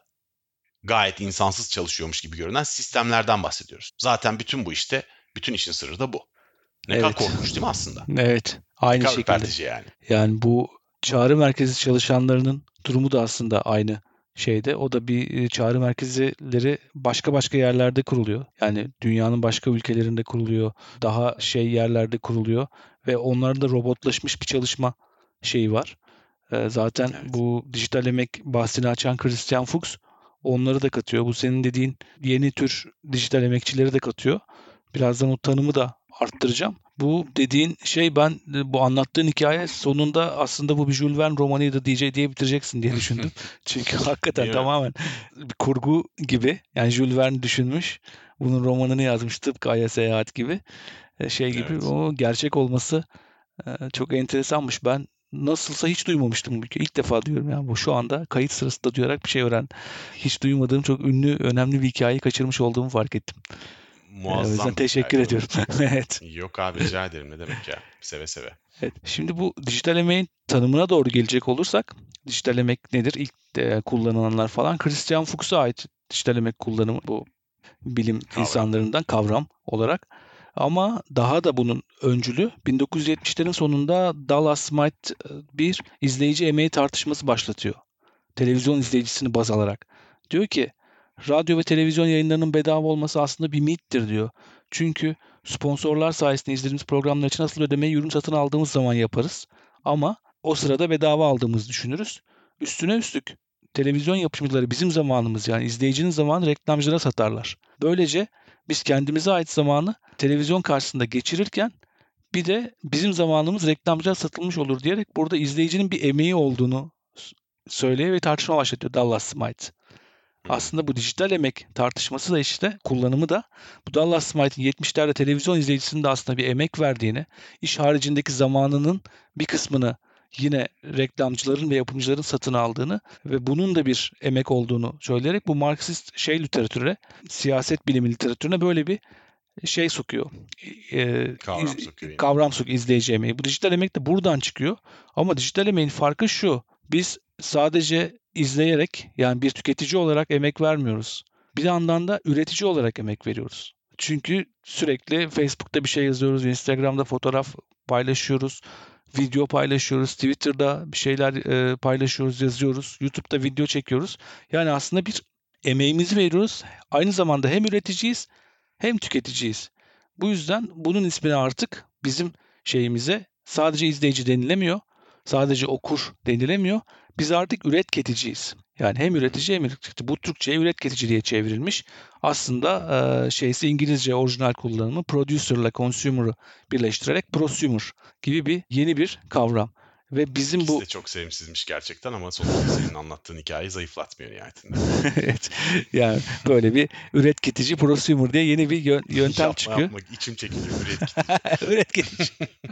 gayet insansız çalışıyormuş gibi görünen sistemlerden bahsediyoruz. Zaten bütün bu işte, bütün işin sırrı da bu. Ne Evet. kadar korkunç değil mi aslında? Evet. Ne Aynı kadar şekilde. ürpertici yani. Yani bu çağrı merkezi çalışanlarının durumu da aslında aynı şeyde. O da bir e, çağrı merkezleri başka başka yerlerde kuruluyor. Yani dünyanın başka ülkelerinde kuruluyor. Daha şey yerlerde kuruluyor ve onların da robotlaşmış bir çalışma şeyi var. E, Zaten Evet. bu dijital emek bahsini açan Christian Fuchs onları da katıyor. Bu senin dediğin yeni tür dijital emekçileri de katıyor. Birazdan o tanımı da arttıracağım. Bu dediğin şey, ben bu anlattığın hikaye sonunda aslında bu bir Jules Verne romanıydı diyece diye bitireceksin diye düşündüm. Çünkü hakikaten Değil mi? tamamen bir kurgu gibi. Yani Jules Verne düşünmüş. Bunun romanını yazmış tıpkı Ay'a Seyahat gibi. E, Şey gibi Evet. o gerçek olması e, çok enteresanmış. Ben nasılsa hiç duymamıştım bu hikayeyi. İlk defa diyorum yani bu şu anda kayıt sırasında duyarak bir şey öğren. Hiç duymadığım çok ünlü, önemli bir hikayeyi kaçırmış olduğumu fark ettim. E, O yüzden Muazzam bir teşekkür hikaye. Doğru. ediyorum. Evet. Yok abi, rica ederim. Ne demek ya? Seve seve. Evet. Şimdi bu dijital emeğin tanımına doğru gelecek olursak, dijital emek nedir? İlk e, kullanılanlar falan Christian Fuchs'a ait dijital emek kullanımı, bu bilim Kavram. insanlarından kavram olarak. Ama daha da bunun öncülü bin dokuz yüz yetmişlerin sonunda Dallas Smith e, bir izleyici emeği tartışması başlatıyor. Televizyon izleyicisini baz alarak. Diyor ki radyo ve televizyon yayınlarının bedava olması aslında bir mittir diyor. Çünkü sponsorlar sayesinde izlediğimiz programlar için asıl ödemeyi ürün satın aldığımız zaman yaparız. Ama o sırada bedava aldığımızı düşünürüz. Üstüne üstlük televizyon yapımcıları bizim zamanımız, yani izleyicinin zamanı reklamcılara satarlar. Böylece biz kendimize ait zamanı televizyon karşısında geçirirken bir de bizim zamanımız reklamcılara satılmış olur diyerek burada izleyicinin bir emeği olduğunu söylüyor ve tartışma başlatıyor Dallas Smith. Aslında bu dijital emek tartışması da işte kullanımı da bu Dallas Smith'in yetmişlerde televizyon izleyicisinin de aslında bir emek verdiğini, iş haricindeki zamanının bir kısmını yine reklamcıların ve yapımcıların satın aldığını ve bunun da bir emek olduğunu söyleyerek bu Marksist şey literatüre, siyaset bilimi literatürüne böyle bir şey sokuyor. Ee, Kavram iz- sokuyor yine. kavram sokuyor, izleyici emeği. Bu dijital emek de buradan çıkıyor. Ama dijital emeğin farkı şu: biz sadece izleyerek, yani bir tüketici olarak emek vermiyoruz. Bir yandan da üretici olarak emek veriyoruz. Çünkü sürekli Facebook'ta bir şey yazıyoruz, Instagram'da fotoğraf paylaşıyoruz, video paylaşıyoruz, Twitter'da bir şeyler e, paylaşıyoruz, yazıyoruz, YouTube'da video çekiyoruz. Yani aslında bir emeğimizi veriyoruz. Aynı zamanda hem üreticiyiz hem tüketiciyiz. Bu yüzden bunun ismini artık bizim şeyimize sadece izleyici denilemiyor, sadece okur denilemiyor. Biz artık üretketiciyiz. Yani hem üretici hem üretici. Bu Türkçe'ye üretketici diye çevrilmiş. Aslında e, şeysi İngilizce orijinal kullanımı producer ile consumer'ı birleştirerek prosumer gibi bir yeni bir kavram. Ve bizim İkisi bu de çok sevimsizmiş gerçekten ama sonuçta senin anlattığın hikayeyi zayıflatmıyor nihayetinde. evet, yani böyle bir üretketici prosumer diye yeni bir yö- yöntem yapma çıkıyor. yapma, içim çekiliyor. Üretketici. Üretketici.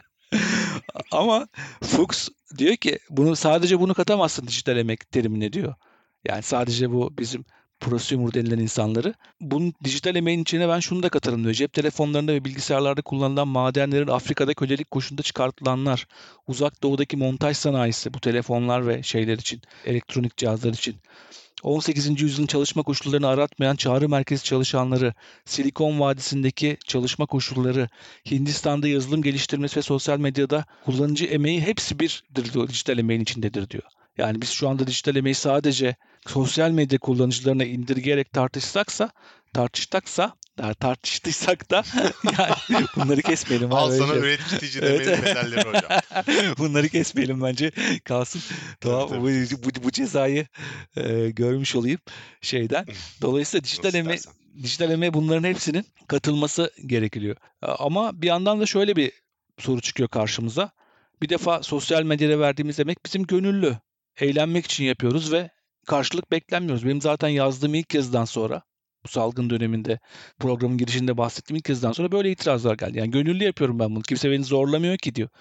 Ama Fuchs diyor ki bunu sadece bunu katamazsın dijital emek terimine diyor. Yani sadece bu bizim prosumer denilen insanları. Bunun dijital emeğin içine ben şunu da katarım diyor. Cep telefonlarında ve bilgisayarlarda kullanılan madenlerin Afrika'da kölelik koşulunda çıkartılanlar, uzak doğudaki montaj sanayisi bu telefonlar ve şeyler için, elektronik cihazlar için, on sekizinci yüzyılın çalışma koşullarını aratmayan çağrı merkezi çalışanları, Silikon Vadisi'ndeki çalışma koşulları, Hindistan'da yazılım geliştirmesi ve sosyal medyada kullanıcı emeği hepsi birdir diyor, dijital emeğin içindedir diyor. Yani biz şu anda dijital emeği sadece sosyal medya kullanıcılarına indirgeyerek tartışsaksa, tartıştaksa, tartıştıysak da yani bunları kesmeyelim. Al Böyle sana şey. üretketici demenin Evet. bedelleri hocam. Bunları kesmeyelim bence. Kalsın. Tamam, Tabii, bu, tabii. bu, bu cezayı e, görmüş olayım şeyden. Dolayısıyla dijital Nasıl eme istersen. dijital emeğe bunların hepsinin katılması gerekiyor. Ama bir yandan da şöyle bir soru çıkıyor karşımıza. Bir defa sosyal medyada verdiğimiz emek bizim gönüllü. Eğlenmek için yapıyoruz ve karşılık beklenmiyoruz. Benim zaten yazdığım ilk yazıdan sonra, bu salgın döneminde programın girişinde bahsettiğim ilk yazıdan sonra böyle itirazlar geldi. Yani gönüllü yapıyorum ben bunu. Kimse beni zorlamıyor ki diyor.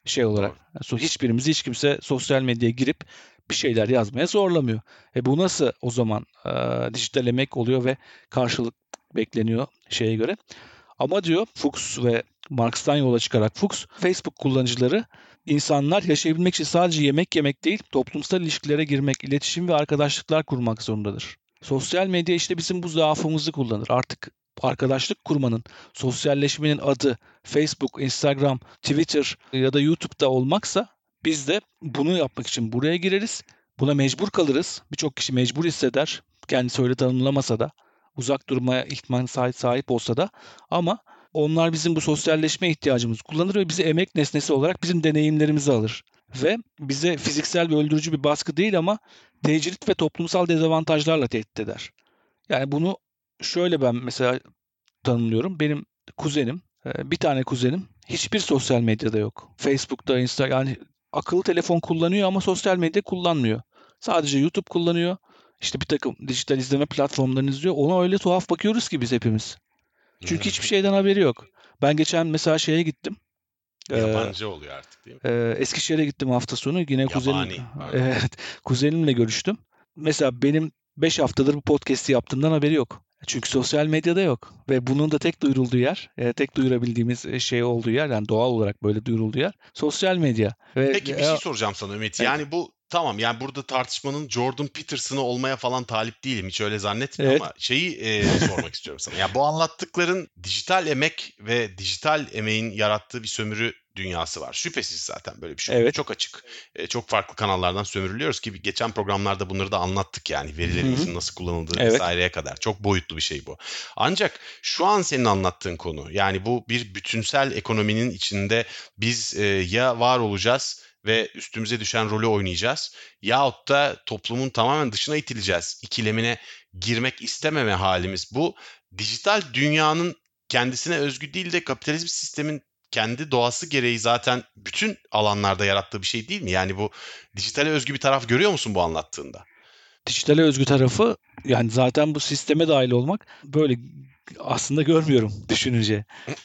şey olarak. Yani hiçbirimizi hiç kimse sosyal medyaya girip bir şeyler yazmaya zorlamıyor. E bu nasıl o zaman e, dijital emek oluyor ve karşılık bekleniyor şeye göre? Ama diyor Fuchs ve Marx'tan yola çıkarak Fuchs, Facebook kullanıcıları insanlar yaşayabilmek için sadece yemek yemek değil, toplumsal ilişkilere girmek, iletişim ve arkadaşlıklar kurmak zorundadır. Sosyal medya işte bizim bu zaafımızı kullanır. Artık arkadaşlık kurmanın, sosyalleşmenin adı Facebook, Instagram, Twitter ya da YouTube'da olmaksa biz de bunu yapmak için buraya gireriz. Buna mecbur kalırız. Birçok kişi mecbur hisseder. Kendisi öyle tanımlamasa da, uzak durmaya ihtimal sahip olsa da, ama onlar bizim bu sosyalleşme ihtiyacımızı kullanır ve bizi emek nesnesi olarak bizim deneyimlerimizi alır. Ve bize fiziksel ve öldürücü bir baskı değil ama tecrit ve toplumsal dezavantajlarla tehdit eder. Yani bunu şöyle ben mesela tanımlıyorum. Benim kuzenim, bir tane kuzenim hiçbir sosyal medyada yok. Facebook'ta, Instagram, yani akıllı telefon kullanıyor ama sosyal medya kullanmıyor. Sadece YouTube kullanıyor. İşte bir takım dijital izleme platformlarını izliyor. Ona öyle tuhaf bakıyoruz ki biz hepimiz. Çünkü hiçbir şeyden haberi yok. Ben geçen mesela şeye gittim. Yabancı ee, oluyor artık değil mi? E, Eskişehir'e gittim hafta sonu. Yine Yabani, kuzenim, evet, kuzenimle görüştüm. Mesela benim beş haftadır bu podcast'i yaptığımdan haberi yok. Çünkü sosyal medyada yok. Ve bunun da tek duyurulduğu yer, e, tek duyurabildiğimiz şey olduğu yer, yani doğal olarak böyle duyurulduğu yer sosyal medya. Ve, Peki bir şey soracağım sana Ümit. Evet. Yani bu tamam, yani burada tartışmanın Jordan Peterson'ı olmaya falan talip değilim. Hiç öyle zannetmiyorum, evet. Ama şeyi e, sormak istiyorum sana. Ya bu anlattıkların dijital emek ve dijital emeğin yarattığı bir sömürü dünyası var. Şüphesiz zaten böyle bir şey. Evet. Çok açık. E, çok farklı kanallardan sömürülüyoruz ki geçen programlarda bunları da anlattık yani. Verilerimizin nasıl kullanıldığı evet. vesaireye kadar. Çok boyutlu bir şey bu. Ancak şu an senin anlattığın konu, yani bu bir bütünsel ekonominin içinde biz e, ya var olacağız ve üstümüze düşen rolü oynayacağız yahut da toplumun tamamen dışına itileceğiz ikilemine girmek istememe halimiz. Bu dijital dünyanın kendisine özgü değil de kapitalizm sistemin kendi doğası gereği zaten bütün alanlarda yarattığı bir şey değil mi? Yani bu dijitale özgü bir taraf görüyor musun bu anlattığında? Dijitale özgü tarafı, yani zaten bu sisteme dahil olmak, böyle aslında görmüyorum düşününce.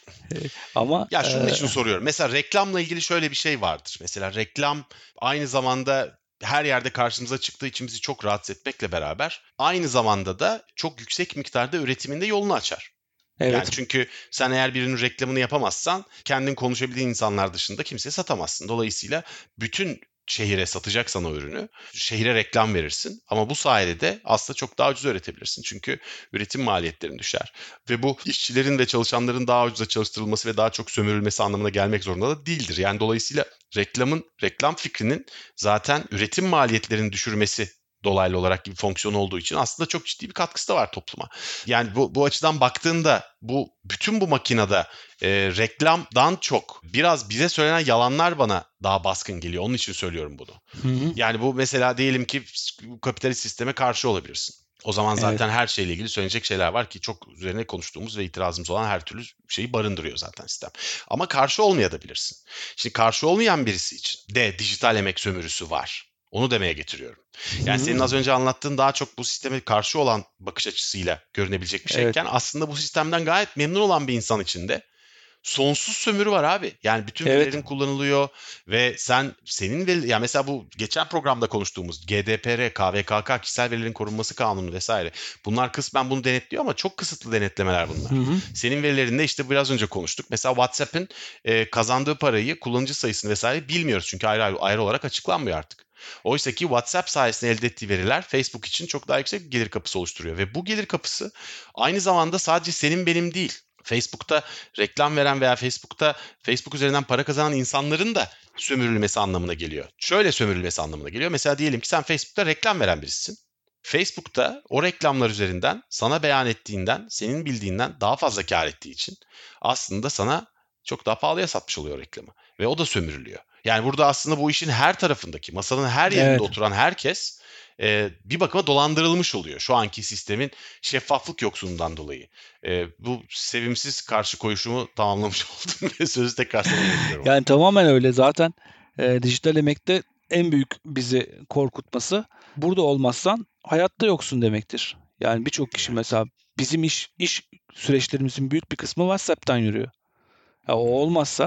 Ama ya şunun e... için soruyorum. Mesela reklamla ilgili şöyle bir şey vardır. Mesela reklam aynı zamanda her yerde karşımıza çıktığı için bizi çok rahatsız etmekle beraber aynı zamanda da çok yüksek miktarda üretiminde yolunu açar. Evet. Yani çünkü sen eğer birinin reklamını yapamazsan kendin konuşabildiğin insanlar dışında kimseye satamazsın. Dolayısıyla bütün şehire satacaksan o ürünü, şehire reklam verirsin. Ama bu sayede de aslında çok daha ucuz üretebilirsin. Çünkü üretim maliyetlerin düşer. Ve bu işçilerin ve çalışanların daha ucuza çalıştırılması ve daha çok sömürülmesi anlamına gelmek zorunda da değildir. Yani dolayısıyla reklamın, reklam fikrinin zaten üretim maliyetlerini düşürmesi dolaylı olarak bir fonksiyon olduğu için aslında çok ciddi bir katkısı da var topluma. Yani bu, bu açıdan baktığında bu bütün bu makinede e, reklamdan çok biraz bize söylenen yalanlar bana daha baskın geliyor. Onun için söylüyorum bunu. Hı hı. Yani bu mesela diyelim ki kapitalist sisteme karşı olabilirsin. O zaman zaten evet. her şeyle ilgili söyleyecek şeyler var ki çok üzerine konuştuğumuz ve itirazımız olan her türlü şeyi barındırıyor zaten sistem. Ama karşı olmayabilirsin. Şimdi karşı olmayan birisi için de dijital emek sömürüsü var. Onu demeye getiriyorum. Yani senin az önce anlattığın daha çok bu sisteme karşı olan bakış açısıyla görünebilecek bir şeyken evet. aslında bu sistemden gayet memnun olan bir insan için de sonsuz sömürü var abi. Yani bütün evet. verilerin kullanılıyor ve sen senin veri, yani mesela bu geçen programda konuştuğumuz G D P R, K V K K, Kişisel Verilerin Korunması Kanunu vesaire. Bunlar kısmen bunu denetliyor ama çok kısıtlı denetlemeler bunlar. Hı hı. Senin verilerinde işte biraz önce konuştuk. Mesela WhatsApp'ın e, kazandığı parayı, kullanıcı sayısını vesaire bilmiyoruz. Çünkü ayrı ayrı, ayrı olarak açıklanmıyor artık. Oysa ki WhatsApp sayesinde elde ettiği veriler Facebook için çok daha yüksek bir gelir kapısı oluşturuyor. Ve bu gelir kapısı aynı zamanda sadece senin benim değil. Facebook'ta reklam veren veya Facebook'ta Facebook üzerinden para kazanan insanların da sömürülmesi anlamına geliyor. Şöyle sömürülmesi anlamına geliyor. Mesela diyelim ki sen Facebook'ta reklam veren birisin. Facebook'ta o reklamlar üzerinden sana beyan ettiğinden, senin bildiğinden daha fazla kar ettiği için aslında sana çok daha pahalıya satmış oluyor reklamı. Ve o da sömürülüyor. Yani burada aslında bu işin her tarafındaki, masanın her yerinde evet. oturan herkes e, bir bakıma dolandırılmış oluyor. Şu anki sistemin şeffaflık yoksunluğundan dolayı. E, bu sevimsiz karşı koyuşumu tamamlamış oldum ve sözü tekrar sana veriyorum. Yani tamamen öyle. Zaten e, dijital emekte en büyük bizi korkutması, burada olmazsan hayatta yoksun demektir. Yani birçok kişi mesela bizim iş iş süreçlerimizin büyük bir kısmı WhatsApp'tan yürüyor. Ya o olmazsa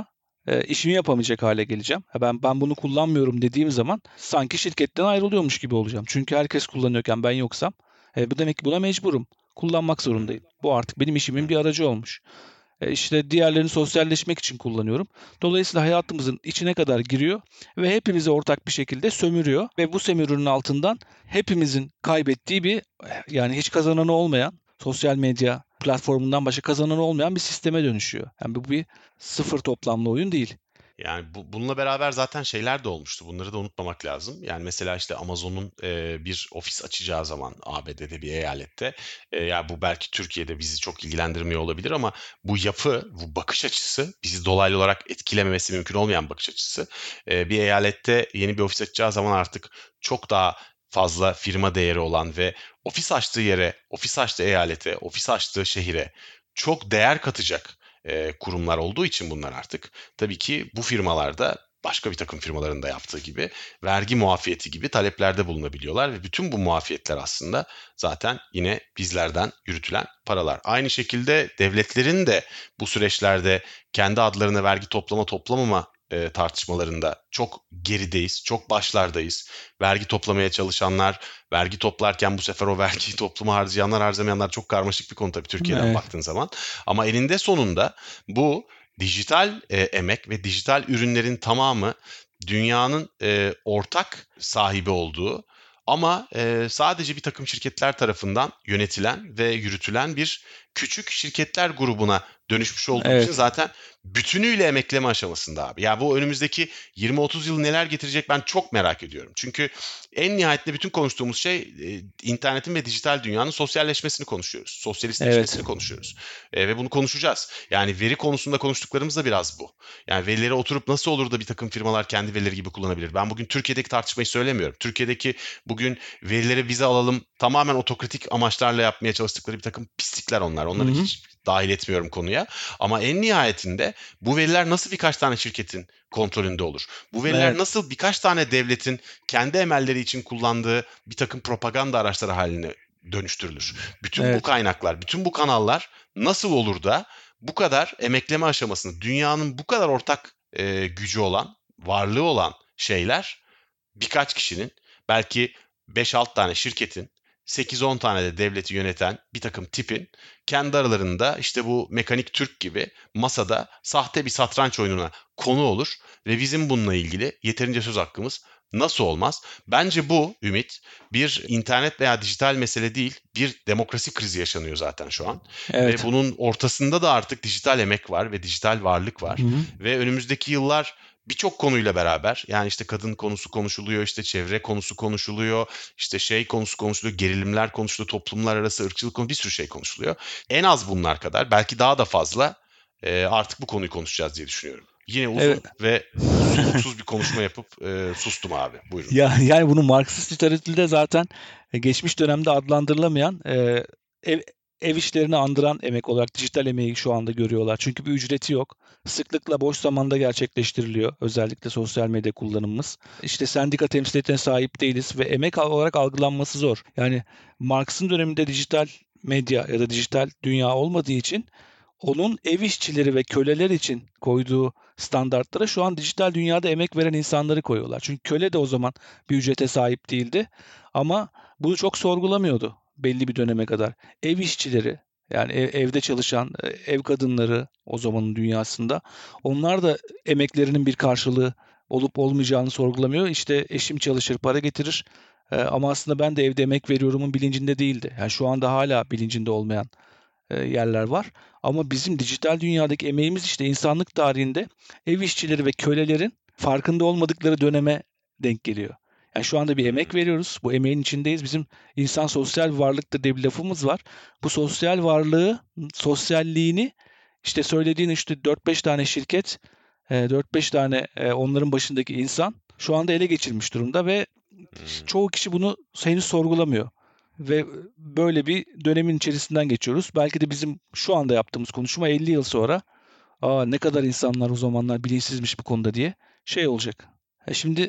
e, işimi yapamayacak hale geleceğim. Ha, Ben ben bunu kullanmıyorum dediğim zaman sanki şirketten ayrılıyormuş gibi olacağım. Çünkü herkes kullanıyorken ben yoksam e, bu demek ki buna mecburum. Kullanmak Hı hı. zorundayım. Bu artık benim işimin Hı. bir aracı olmuş. E, işte diğerlerini sosyalleşmek için kullanıyorum. Dolayısıyla hayatımızın içine kadar giriyor ve hepimizi ortak bir şekilde sömürüyor ve bu sömürünün altından hepimizin kaybettiği bir, yani hiç kazananı olmayan, sosyal medya platformundan başka kazananı olmayan bir sisteme dönüşüyor. Yani bu bir sıfır toplamlı oyun değil. Yani bu, bununla beraber zaten şeyler de olmuştu. Bunları da unutmamak lazım. Yani mesela işte Amazon'un e, bir ofis açacağı zaman A B D'de bir eyalette, e, ya bu belki Türkiye'de bizi çok ilgilendirmiyor olabilir ama bu yapı, bu bakış açısı bizi dolaylı olarak etkilememesi mümkün olmayan bakış açısı. E, bir eyalette yeni bir ofis açacağı zaman artık çok daha fazla firma değeri olan ve ofis açtığı yere, ofis açtığı eyalete, ofis açtığı şehire çok değer katacak e, kurumlar olduğu için bunlar artık. Tabii ki bu firmalarda başka bir takım firmaların da yaptığı gibi vergi muafiyeti gibi taleplerde bulunabiliyorlar ve bütün bu muafiyetler aslında zaten yine bizlerden yürütülen paralar. Aynı şekilde devletlerin de bu süreçlerde kendi adlarına vergi toplama toplamama e, tartışmalarında çok gerideyiz, çok başlardayız. Vergi toplamaya çalışanlar, vergi toplarken bu sefer o vergiyi topluma harcayanlar, harcamayanlar çok karmaşık bir konu tabii Türkiye'den Evet. baktığın zaman. Ama eninde sonunda bu dijital e, emek ve dijital ürünlerin tamamı dünyanın e, ortak sahibi olduğu ama e, sadece bir takım şirketler tarafından yönetilen ve yürütülen bir küçük şirketler grubuna dönüşmüş olduğu için Evet. zaten bütünüyle emekleme aşamasında abi. Ya bu önümüzdeki yirmi otuz yıl neler getirecek ben çok merak ediyorum. Çünkü en nihayetinde bütün konuştuğumuz şey e, internetin ve dijital dünyanın sosyalleşmesini konuşuyoruz. Sosyalistleşmesini Evet. konuşuyoruz. E, ve bunu konuşacağız. Yani veri konusunda konuştuklarımız da biraz bu. Yani verileri oturup nasıl olur da bir takım firmalar kendi verileri gibi kullanabilir? Ben bugün Türkiye'deki tartışmayı söylemiyorum. Türkiye'deki bugün verileri bize alalım tamamen otokratik amaçlarla yapmaya çalıştıkları bir takım pislikler onlar. Onları Hı hı. hiç dahil etmiyorum konuya. Ama en nihayetinde bu veriler nasıl birkaç tane şirketin kontrolünde olur? Bu veriler Evet. nasıl birkaç tane devletin kendi emelleri için kullandığı bir takım propaganda araçları haline dönüştürülür? Bütün bu Evet. kaynaklar, bütün bu kanallar nasıl olur da bu kadar emekleme aşamasını, dünyanın bu kadar ortak e, gücü olan, varlığı olan şeyler birkaç kişinin, belki beş altı tane şirketin, sekiz on tane de devleti yöneten bir takım tipin kendi aralarında işte bu Mekanik Türk gibi masada sahte bir satranç oyununa konu olur ve bizim bununla ilgili yeterince söz hakkımız nasıl olmaz? Bence bu Ümit bir internet veya dijital mesele değil, bir demokrasi krizi yaşanıyor zaten şu an. Ve Evet. bunun ortasında da artık dijital emek var ve dijital varlık var. Hı hı. Ve önümüzdeki yıllar birçok konuyla beraber, yani işte kadın konusu konuşuluyor, işte çevre konusu konuşuluyor, işte şey konusu konuşuluyor, gerilimler konuşuluyor, toplumlar arası ırkçılık konusu, bir sürü şey konuşuluyor. En az bunlar kadar, belki daha da fazla e, artık bu konuyu konuşacağız diye düşünüyorum. Yine Evet. uzun ve soluksuz bir konuşma yapıp e, sustum abi. Buyurun. Ya yani bunu Marksist literatürde zaten e, geçmiş dönemde adlandırılamayan e, ev, ev işlerini andıran emek olarak dijital emeği şu anda görüyorlar. Çünkü bir ücreti yok. Sıklıkla boş zamanda gerçekleştiriliyor. Özellikle sosyal medya kullanımımız. İşte sendika temsiliyetine sahip değiliz ve emek olarak algılanması zor. Yani Marx'ın döneminde dijital medya ya da dijital dünya olmadığı için onun ev işçileri ve köleler için koyduğu standartlara şu an dijital dünyada emek veren insanları koyuyorlar. Çünkü köle de o zaman bir ücrete sahip değildi ama bunu çok sorgulamıyordu belli bir döneme kadar. Ev işçileri, yani ev- evde çalışan e, ev kadınları o zamanın dünyasında, onlar da emeklerinin bir karşılığı olup olmayacağını sorgulamıyor. İşte eşim çalışır, para getirir. E, ama aslında ben de evde emek veriyorumun bilincinde değildi. Yani şu anda hala bilincinde olmayan e, yerler var. Ama bizim dijital dünyadaki emeğimiz işte insanlık tarihinde ev işçileri ve kölelerin farkında olmadıkları döneme denk geliyor. Yani şu anda bir emek veriyoruz. Bu emeğin içindeyiz. Bizim insan sosyal varlıktır diye bir lafımız var. Bu sosyal varlığı, sosyalliğini işte söylediğin işte dört beş tane şirket, e, dört beş tane e, onların başındaki insan şu anda ele geçirmiş durumda ve Hmm. çoğu kişi bunu henüz sorgulamıyor. Ve böyle bir dönemin içerisinden geçiyoruz. Belki de bizim şu anda yaptığımız konuşma elli yıl sonra, aa ne kadar insanlar o zamanlar bilinçsizmiş bu konuda diye şey olacak. E şimdi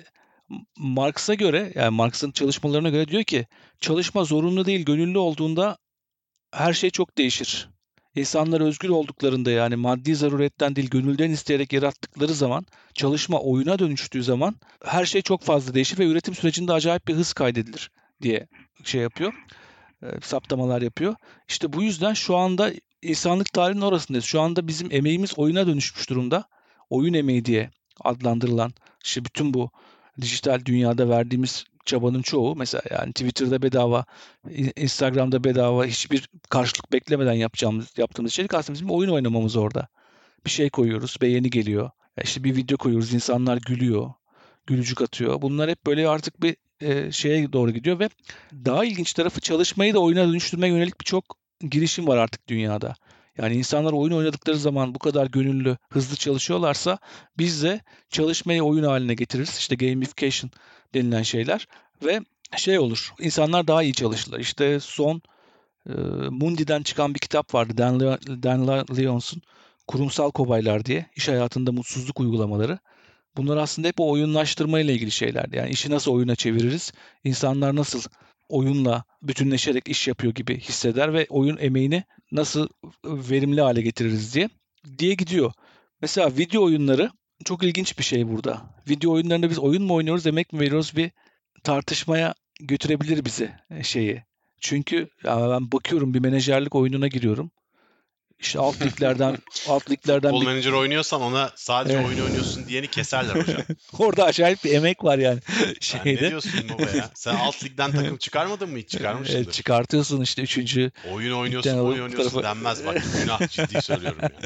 Marx'a göre, yani Marx'ın çalışmalarına göre diyor ki çalışma zorunlu değil, gönüllü olduğunda her şey çok değişir. İnsanlar özgür olduklarında, yani maddi zaruretten değil gönülden isteyerek yarattıkları zaman, çalışma oyuna dönüştüğü zaman her şey çok fazla değişir ve üretim sürecinde acayip bir hız kaydedilir diye şey yapıyor. E, saptamalar yapıyor. İşte bu yüzden şu anda insanlık tarihinin orasındayız. Şu anda bizim emeğimiz oyuna dönüşmüş durumda. Oyun emeği diye adlandırılan işte bütün bu dijital dünyada verdiğimiz çabanın çoğu, mesela yani Twitter'da bedava, Instagram'da bedava, hiçbir karşılık beklemeden yapacağımız yaptığımız içerik aslında bizim oyun oynamamız orada. Bir şey koyuyoruz, beğeni geliyor. İşte bir video koyuyoruz, insanlar gülüyor, gülücük atıyor. Bunlar hep böyle artık bir e, şeye doğru gidiyor ve daha ilginç tarafı, çalışmayı da oyuna dönüştürmeye yönelik birçok girişim var artık dünyada. Yani insanlar oyun oynadıkları zaman bu kadar gönüllü, hızlı çalışıyorlarsa biz de çalışmayı oyun haline getiririz. İşte gamification denilen şeyler ve şey olur. İnsanlar daha iyi çalışırlar. İşte son e, Mundi'den çıkan bir kitap vardı. Dan, Le- Dan Le- Leons'un Kurumsal Kobaylar diye, iş hayatında mutsuzluk uygulamaları. Bunlar aslında hep o oyunlaştırma ile ilgili şeylerdi. Yani işi nasıl oyuna çeviririz? İnsanlar nasıl oyunla bütünleşerek iş yapıyor gibi hisseder ve oyun emeğini nasıl verimli hale getiririz diye diye gidiyor. Mesela video oyunları çok ilginç bir şey burada. Video oyunlarında biz oyun mu oynuyoruz, emek mi veriyoruz, bir tartışmaya götürebilir bizi e, şeyi. Çünkü ya ben bakıyorum, bir menajerlik oyununa giriyorum. İşte alt liglerden alt liglerden Futbol bir Manager oynuyorsan ona sadece Evet. oyun oynuyorsun diyeni keserler hocam. orada acayip bir emek var yani Sen ne şeyde. diyorsun baba ya? Sen alt ligden takım çıkarmadın mı hiç? Evet, Çıkarmışsındır. çıkartıyorsun işte üçüncü Oyun oynuyorsun, ligden oyun alıp bu oynuyorsun tarafa. denmez. Bak günah, ciddi söylüyorum ya.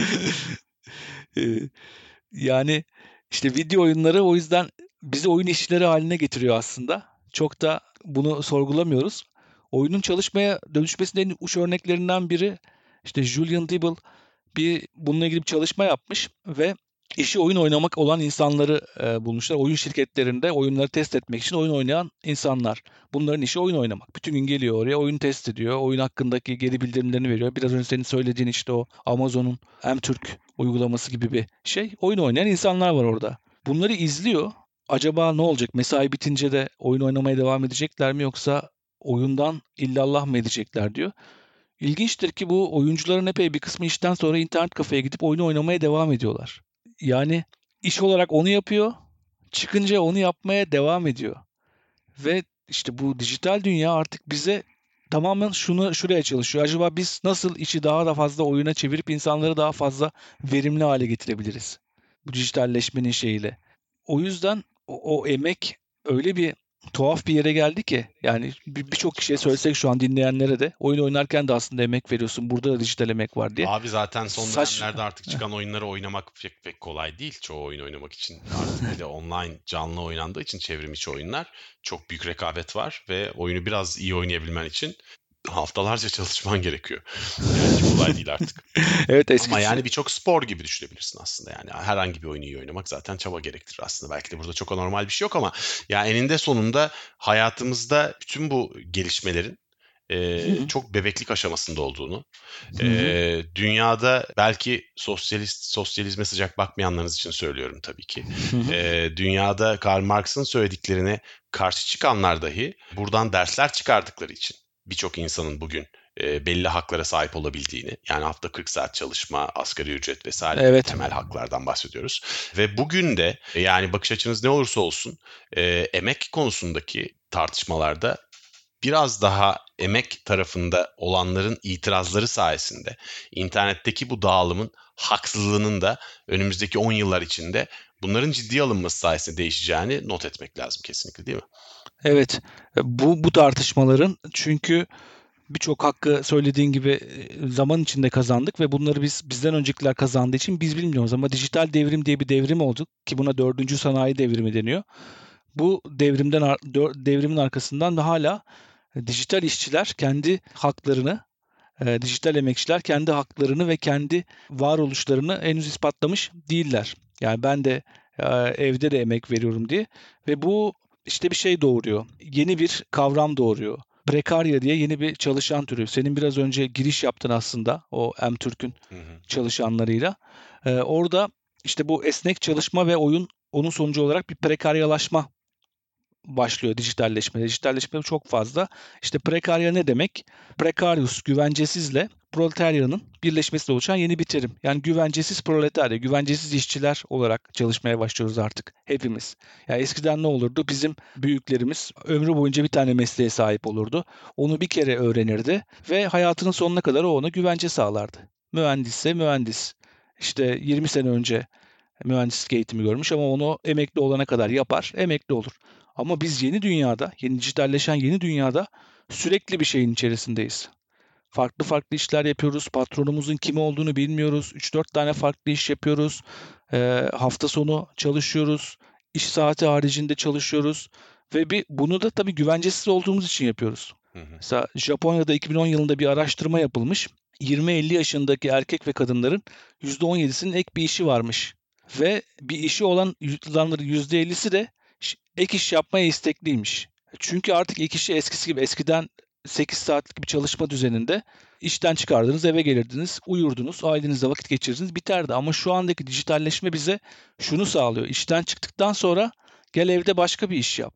Ee, Yani işte video oyunları o yüzden bizi oyun işçileri haline getiriyor aslında. Çok da bunu sorgulamıyoruz. Oyunun çalışmaya dönüşmesinin en uç örneklerinden biri, işte Julian Dibble bir bununla ilgili bir çalışma yapmış ve işi oyun oynamak olan insanları e, bulmuşlar. Oyun şirketlerinde oyunları test etmek için oyun oynayan insanlar. Bunların işi oyun oynamak. Bütün gün geliyor oraya, oyun test ediyor. Oyun hakkındaki geri bildirimlerini veriyor. Biraz önce senin söylediğin işte o Amazon'un M-Türk uygulaması gibi bir şey. Oyun oynayan insanlar var orada. Bunları izliyor. Acaba ne olacak? Mesai bitince de oyun oynamaya devam edecekler mi, yoksa oyundan illallah mı edecekler diyor. İlginçtir ki bu oyuncuların epey bir kısmı işten sonra internet kafeye gidip oyunu oynamaya devam ediyorlar. Yani iş olarak onu yapıyor, çıkınca onu yapmaya devam ediyor. Ve işte bu dijital dünya artık bize tamamen şunu şuraya çalışıyor. Acaba biz nasıl işi daha da fazla oyuna çevirip insanları daha fazla verimli hale getirebiliriz? Bu dijitalleşmenin şeyiyle. O yüzden o, o emek öyle bir tuhaf bir yere geldi ki, yani bir- birçok kişiye Gerçekten söylesek şu an, dinleyenlere de, oyun oynarken de aslında emek veriyorsun. Burada da dijital emek var diye. Abi zaten son Saç dönemlerde artık çıkan oyunları oynamak pek pek kolay değil. Çoğu oyun oynamak için artık bir de online canlı oynandığı için çevrim içi oyunlar çok büyük rekabet var ve oyunu biraz iyi oynayabilmen için haftalarca çalışman gerekiyor. Yani hiç kolay değil artık. evet, eskisi. Ama yani birçok spor gibi düşünebilirsin aslında yani. Herhangi bir oyunu iyi oynamak zaten çaba gerektirir aslında. Belki de burada çok anormal bir şey yok ama ya eninde sonunda hayatımızda bütün bu gelişmelerin e, Hı hı. çok bebeklik aşamasında olduğunu, Hı e, hı. dünyada belki sosyalist sosyalizme sıcak bakmayanlarınız için söylüyorum tabii ki. Hı hı. E, dünyada Karl Marx'ın söylediklerine karşı çıkanlar dahi buradan dersler çıkardıkları için birçok insanın bugün e, belli haklara sahip olabildiğini, yani hafta kırk saat çalışma, asgari ücret vesaire Evet. temel haklardan bahsediyoruz. Ve bugün de e, yani bakış açınız ne olursa olsun e, emek konusundaki tartışmalarda biraz daha emek tarafında olanların itirazları sayesinde internetteki bu dağılımın haksızlığının da önümüzdeki on yıllar içinde bunların ciddiye alınması sayesinde değişeceğini not etmek lazım kesinlikle, değil mi? Evet. Bu bu tartışmaların, çünkü birçok hakkı söylediğin gibi e, zaman içinde kazandık ve bunları biz bizden öncekiler kazandığı için biz bilmiyoruz, ama dijital devrim diye bir devrim oldu ki buna dördüncü sanayi devrimi deniyor. Bu devrimden ar- dör- devrimin arkasından da hala e, dijital işçiler kendi haklarını, e, dijital emekçiler kendi haklarını ve kendi varoluşlarını henüz ispatlamış değiller. Yani ben de e, evde de emek veriyorum diye ve bu işte bir şey doğuruyor. Yeni bir kavram doğuruyor. Prekarya diye yeni bir çalışan türü. Senin biraz önce giriş yaptın aslında o M-Türk'ün Hı hı. çalışanlarıyla. E, orada işte bu esnek çalışma ve oyun, onun sonucu olarak bir prekaryalaşma başlıyor dijitalleşme. Dijitalleşme çok fazla. İşte prekarya ne demek? Prekarius, güvencesizle proletaryanın birleşmesiyle oluşan yeni bir terim. Yani güvencesiz proletarya, güvencesiz işçiler olarak çalışmaya başlıyoruz artık hepimiz. Yani eskiden ne olurdu? Bizim büyüklerimiz ömrü boyunca bir tane mesleğe sahip olurdu. Onu bir kere öğrenirdi ve hayatının sonuna kadar o ona güvence sağlardı. Mühendisse mühendis. İşte yirmi sene önce mühendislik eğitimi görmüş ama onu emekli olana kadar yapar, emekli olur. Ama biz yeni dünyada, yeni dijitalleşen yeni dünyada sürekli bir şeyin içerisindeyiz. Farklı farklı işler yapıyoruz. Patronumuzun kim olduğunu bilmiyoruz. üç dört tane farklı iş yapıyoruz. Ee, hafta sonu çalışıyoruz. İş saati haricinde çalışıyoruz. Ve bir, bunu da tabii güvencesiz olduğumuz için yapıyoruz. Hı hı. Mesela Japonya'da iki bin on yılında bir araştırma yapılmış. yirmi elli yaşındaki erkek ve kadınların yüzde on yedisinin ek bir işi varmış. Ve bir işi olanların yüzde ellisi de ek iş yapmaya istekliymiş. Çünkü artık ek işi eskisi gibi, eskiden sekiz saatlik bir çalışma düzeninde işten çıkardınız, eve gelirdiniz, uyurdunuz, ailenizle vakit geçirirdiniz, biterdi. Ama şu andaki dijitalleşme bize şunu sağlıyor. İşten çıktıktan sonra gel evde başka bir iş yap.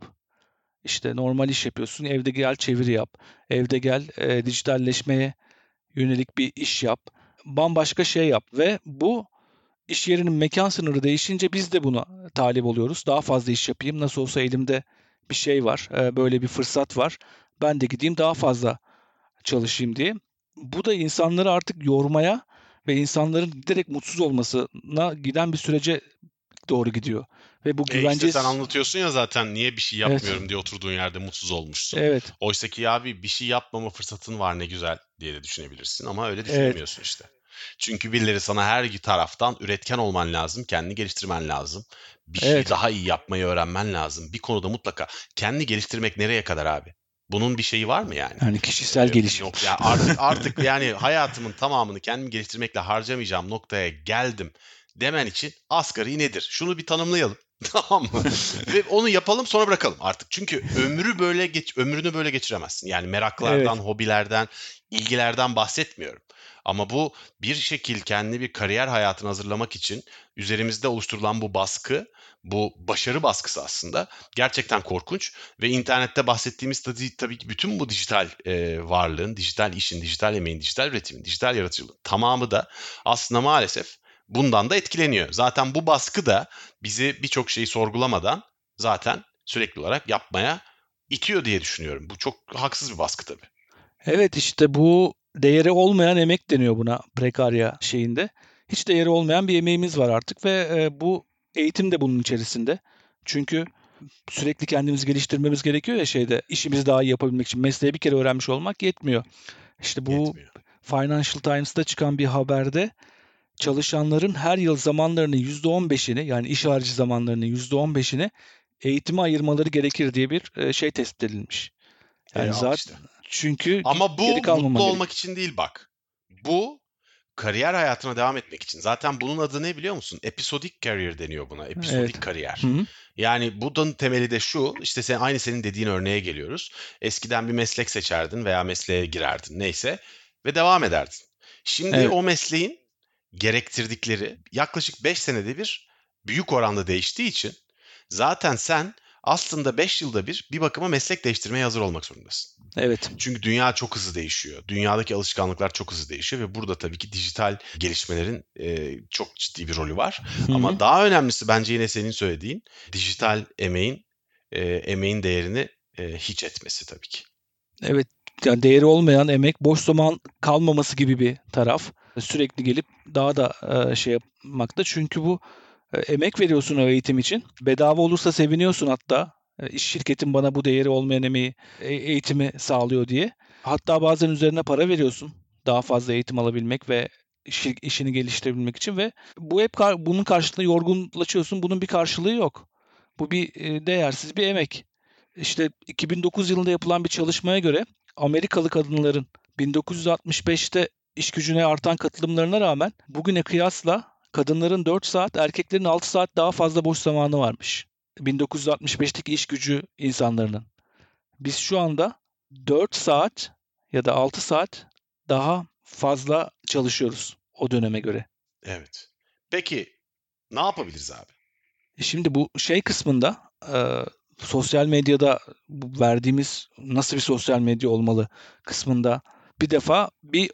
İşte normal iş yapıyorsun, evde gel çeviri yap, evde gel e, dijitalleşmeye yönelik bir iş yap, bambaşka şey yap ve bu iş yerinin mekan sınırı değişince biz de buna talip oluyoruz. Daha fazla iş yapayım, nasıl olsa elimde bir şey var, e, böyle bir fırsat var. Ben de gideyim daha fazla çalışayım diye. Bu da insanları artık yormaya ve insanların giderek mutsuz olmasına giden bir sürece doğru gidiyor. Ve bu e güvencesiz... işte sen anlatıyorsun ya zaten niye bir şey yapmıyorum evet. diye oturduğun yerde mutsuz olmuşsun. Evet. Oysa ki ya bir, bir şey yapmama fırsatın var ne güzel diye de düşünebilirsin ama öyle düşünemiyorsun evet. işte. Çünkü birileri sana her iki taraftan üretken olman lazım, kendini geliştirmen lazım. Bir evet. şeyi daha iyi yapmayı öğrenmen lazım. Bir konuda mutlaka kendini geliştirmek nereye kadar abi? Bunun bir şeyi var mı yani? Yani kişisel ee, gelişim. Yok ya artık, artık yani hayatımın tamamını kendimi geliştirmekle harcamayacağım noktaya geldim demen için asgari nedir? Şunu bir tanımlayalım. Tamam mı? Ve onu yapalım sonra bırakalım artık. Çünkü ömrü böyle geç ömrünü böyle geçiremezsin. Yani meraklardan, evet. hobilerden, ilgilerden bahsetmiyorum. Ama bu bir şekil kendi bir kariyer hayatını hazırlamak için üzerimizde oluşturulan bu baskı, bu başarı baskısı aslında gerçekten korkunç ve internette bahsettiğimiz tabii, tabii ki bütün bu dijital e, varlığın, dijital işin, dijital emeğin, dijital üretimin, dijital yaratıcılığın tamamı da aslında maalesef bundan da etkileniyor. Zaten bu baskı da bizi birçok şeyi sorgulamadan zaten sürekli olarak yapmaya itiyor diye düşünüyorum. Bu çok haksız bir baskı tabii. Evet işte bu değeri olmayan emek deniyor buna prekarya şeyinde. Hiç değeri olmayan bir emeğimiz var artık ve e, bu eğitim de bunun içerisinde. Çünkü sürekli kendimizi geliştirmemiz gerekiyor ya şeyde. İşimizi daha iyi yapabilmek için mesleği bir kere öğrenmiş olmak yetmiyor. İşte bu yetmiyor. Financial Times'ta çıkan bir haberde çalışanların her yıl zamanlarının yüzde on beşini yani iş harici zamanlarının yüzde on beşini eğitime ayırmaları gerekir diye bir şey tespit edilmiş. Yani e, zaten işte. Çünkü ama bu mutlu gerek. olmak için değil bak. Bu kariyer hayatına devam etmek için. Zaten bunun adı ne biliyor musun? Episodik career deniyor buna. Episodik evet. kariyer. Hı-hı. Yani bunun temeli de şu. İşte sen, aynı senin dediğin örneğe geliyoruz. Eskiden bir meslek seçerdin veya mesleğe girerdin neyse ve devam ederdin. Şimdi evet. o mesleğin gerektirdikleri yaklaşık beş senede bir büyük oranda değiştiği için zaten sen aslında beş yılda bir bir bakıma meslek değiştirmeye hazır olmak zorundasın. Evet. Çünkü dünya çok hızlı değişiyor. Dünyadaki alışkanlıklar çok hızlı değişiyor ve burada tabii ki dijital gelişmelerin e, çok ciddi bir rolü var. Hı-hı. Ama daha önemlisi bence yine senin söylediğin dijital emeğin e, emeğin değerini e, hiç etmesi tabii ki. Evet. Yani değeri olmayan emek boş zaman kalmaması gibi bir taraf. Sürekli gelip daha da e, şey yapmakta. Çünkü bu e, emek veriyorsun o eğitim için. Bedava olursa seviniyorsun hatta. E, iş şirketin bana bu değeri olmayan emeği, e, eğitimi sağlıyor diye. Hatta bazen üzerine para veriyorsun. Daha fazla eğitim alabilmek ve iş, işini geliştirebilmek için ve bu hep kar, bunun karşılığında yorgunlaşıyorsun. Bunun bir karşılığı yok. Bu bir e, değersiz bir emek. İşte iki bin dokuz yılında yapılan bir çalışmaya göre Amerikalı kadınların bin dokuz yüz altmış beşte iş gücüne artan katılımlarına rağmen bugüne kıyasla kadınların dört saat, erkeklerin altı saat daha fazla boş zamanı varmış. bin dokuz yüz altmış beşteki iş gücü insanların. Biz şu anda dört saat ya da altı saat daha fazla çalışıyoruz o döneme göre. Evet. Peki ne yapabiliriz abi? Şimdi bu şey kısmında e, sosyal medyada verdiğimiz nasıl bir sosyal medya olmalı kısmında bir defa bir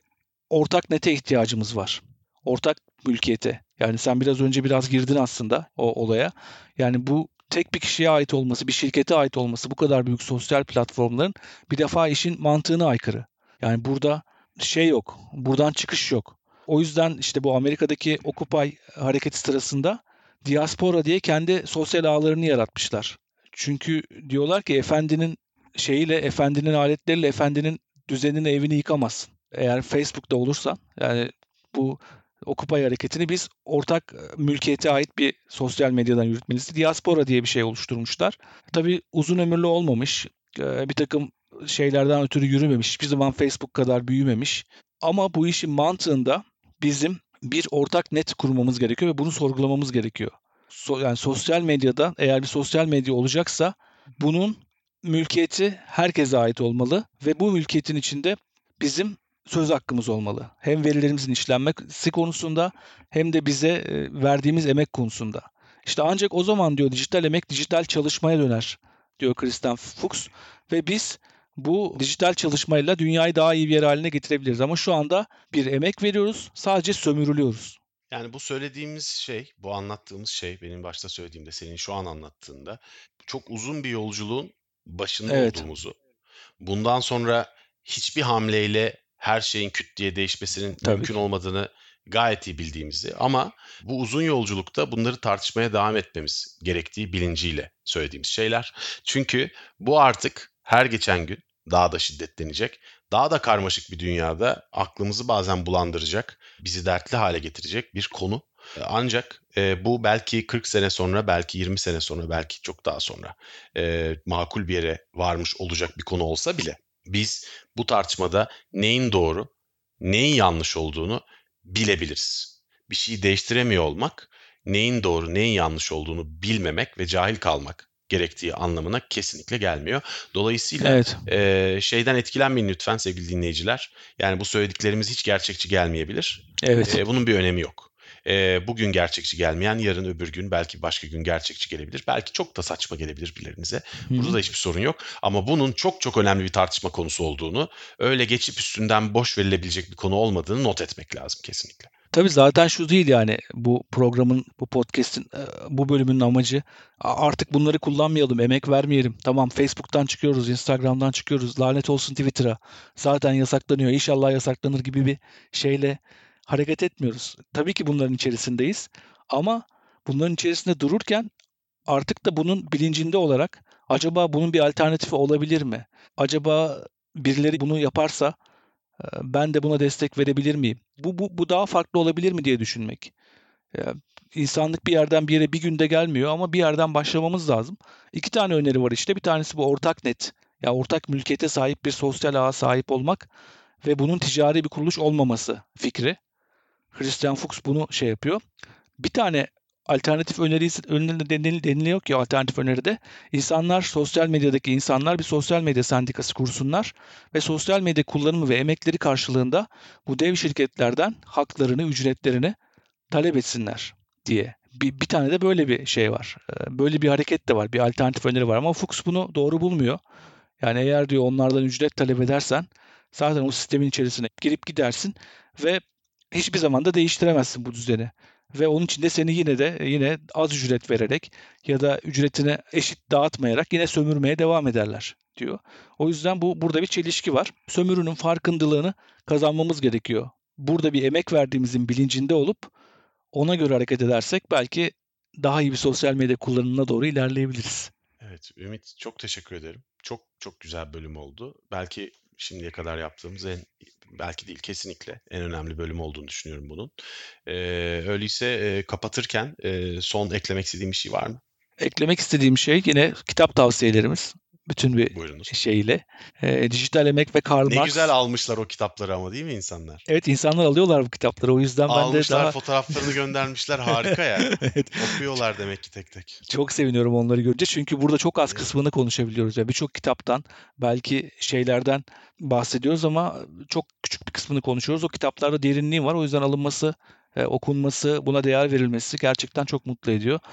ortak nete ihtiyacımız var. Ortak mülkiyete. Yani sen biraz önce biraz girdin aslında o olaya. Yani bu tek bir kişiye ait olması, bir şirkete ait olması bu kadar büyük sosyal platformların bir defa işin mantığına aykırı. Yani burada şey yok, buradan çıkış yok. O yüzden işte bu Amerika'daki Occupy hareketi sırasında Diaspora diye kendi sosyal ağlarını yaratmışlar. Çünkü diyorlar ki efendinin şeyiyle, efendinin aletleriyle efendinin düzenini, evini yıkamazsın. Eğer Facebook'ta olursan, yani bu Occupy hareketini biz ortak mülkiyete ait bir sosyal medyadan yürütmeliyiz. Diaspora diye bir şey oluşturmuşlar. Tabii uzun ömürlü olmamış, bir takım şeylerden ötürü yürümemiş, hiçbir zaman Facebook kadar büyümemiş. Ama bu işin mantığında bizim bir ortak net kurmamız gerekiyor ve bunu sorgulamamız gerekiyor. So- yani sosyal medyada eğer bir sosyal medya olacaksa bunun mülkiyeti herkese ait olmalı ve bu mülkiyetin içinde bizim söz hakkımız olmalı. Hem verilerimizin işlenmesi konusunda hem de bize e, verdiğimiz emek konusunda. İşte ancak o zaman diyor dijital emek dijital çalışmaya döner diyor Christian Fuchs ve biz bu dijital çalışmayla dünyayı daha iyi bir yer haline getirebiliriz. Ama şu anda bir emek veriyoruz, sadece sömürülüyoruz. Yani bu söylediğimiz şey, bu anlattığımız şey, benim başta söylediğimde, senin şu an anlattığında çok uzun bir yolculuğun başında Evet. olduğumuzu, bundan sonra hiçbir hamleyle her şeyin küt diye değişmesinin Tabii mümkün ki. olmadığını gayet iyi bildiğimizi ama bu uzun yolculukta bunları tartışmaya devam etmemiz gerektiği bilinciyle söylediğimiz şeyler. Çünkü bu artık her geçen gün daha da şiddetlenecek, daha da karmaşık bir dünyada aklımızı bazen bulandıracak, bizi dertli hale getirecek bir konu. Ancak e, bu belki kırk sene sonra, belki yirmi sene sonra, belki çok daha sonra e, makul bir yere varmış olacak bir konu olsa bile biz bu tartışmada neyin doğru, neyin yanlış olduğunu bilebiliriz. Bir şeyi değiştiremiyor olmak, neyin doğru, neyin yanlış olduğunu bilmemek ve cahil kalmak gerektiği anlamına kesinlikle gelmiyor. Dolayısıyla Evet. e, şeyden etkilenmeyin lütfen sevgili dinleyiciler. Yani bu söylediklerimiz hiç gerçekçi gelmeyebilir. Evet. E, bunun bir önemi yok. E, bugün gerçekçi gelmeyen yarın öbür gün belki başka gün gerçekçi gelebilir. Belki çok da saçma gelebilir birilerinize. Burada da hiçbir sorun yok. Ama bunun çok çok önemli bir tartışma konusu olduğunu, öyle geçip üstünden boş verilebilecek bir konu olmadığını not etmek lazım kesinlikle. Tabii zaten şu değil yani bu programın, bu podcast'in, e, bu bölümünün amacı a- artık bunları kullanmayalım, emek vermeyelim. Tamam Facebook'tan çıkıyoruz, Instagram'dan çıkıyoruz, lanet olsun Twitter'a. Zaten yasaklanıyor, İnşallah yasaklanır gibi bir şeyle hareket etmiyoruz. Tabii ki bunların içerisindeyiz ama bunların içerisinde dururken artık da bunun bilincinde olarak acaba bunun bir alternatifi olabilir mi? Acaba birileri bunu yaparsa e, ben de buna destek verebilir miyim? Bu, bu, bu daha farklı olabilir mi diye düşünmek. Ya, insanlık bir yerden bir yere bir günde gelmiyor ama bir yerden başlamamız lazım. İki tane öneri var işte. Bir tanesi bu ortak net. Ya ortak mülkiyete sahip bir sosyal ağa sahip olmak ve bunun ticari bir kuruluş olmaması fikri. Christian Fuchs bunu şey yapıyor. Bir tane alternatif önerisi önlerinde deniliyor ki alternatif öneride insanlar, sosyal medyadaki insanlar bir sosyal medya sendikası kursunlar ve sosyal medya kullanımı ve emekleri karşılığında bu dev şirketlerden haklarını, ücretlerini talep etsinler diye. Bir, bir tane de böyle bir şey var. Böyle bir hareket de var. Bir alternatif öneri var ama Fuchs bunu doğru bulmuyor. Yani eğer diyor onlardan ücret talep edersen zaten o sistemin içerisine girip gidersin ve hiçbir zaman da değiştiremezsin bu düzeni. Ve onun için de seni yine de yine az ücret vererek ya da ücretini eşit dağıtmayarak yine sömürmeye devam ederler diyor. O yüzden bu burada bir çelişki var. Sömürünün farkındalığını kazanmamız gerekiyor. Burada bir emek verdiğimizin bilincinde olup ona göre hareket edersek belki daha iyi bir sosyal medya kullanımına doğru ilerleyebiliriz. Evet, Ümit çok teşekkür ederim. Çok çok güzel bölüm oldu. Belki şimdiye kadar yaptığımız en, belki değil kesinlikle en önemli bölüm olduğunu düşünüyorum bunun. Ee, öyleyse e, kapatırken e, son eklemek istediğim bir şey var mı? Eklemek istediğim şey yine kitap tavsiyelerimiz. Bütün bir Buyurunuz. şeyle. E, Dijital Emek ve Karl Ne Marx. güzel almışlar o kitapları ama değil mi insanlar? Evet, insanlar alıyorlar bu kitapları. O yüzden ben de Almışlar, daha fotoğraflarını göndermişler. Harika ya. Evet, Okuyorlar demek ki tek tek. çok seviniyorum onları görünce. Çünkü burada çok az Evet. kısmını konuşabiliyoruz. Yani birçok kitaptan, belki şeylerden bahsediyoruz ama çok küçük bir kısmını konuşuyoruz. O kitaplarda derinliği var. O yüzden alınması, e, okunması, buna değer verilmesi gerçekten çok mutlu ediyor.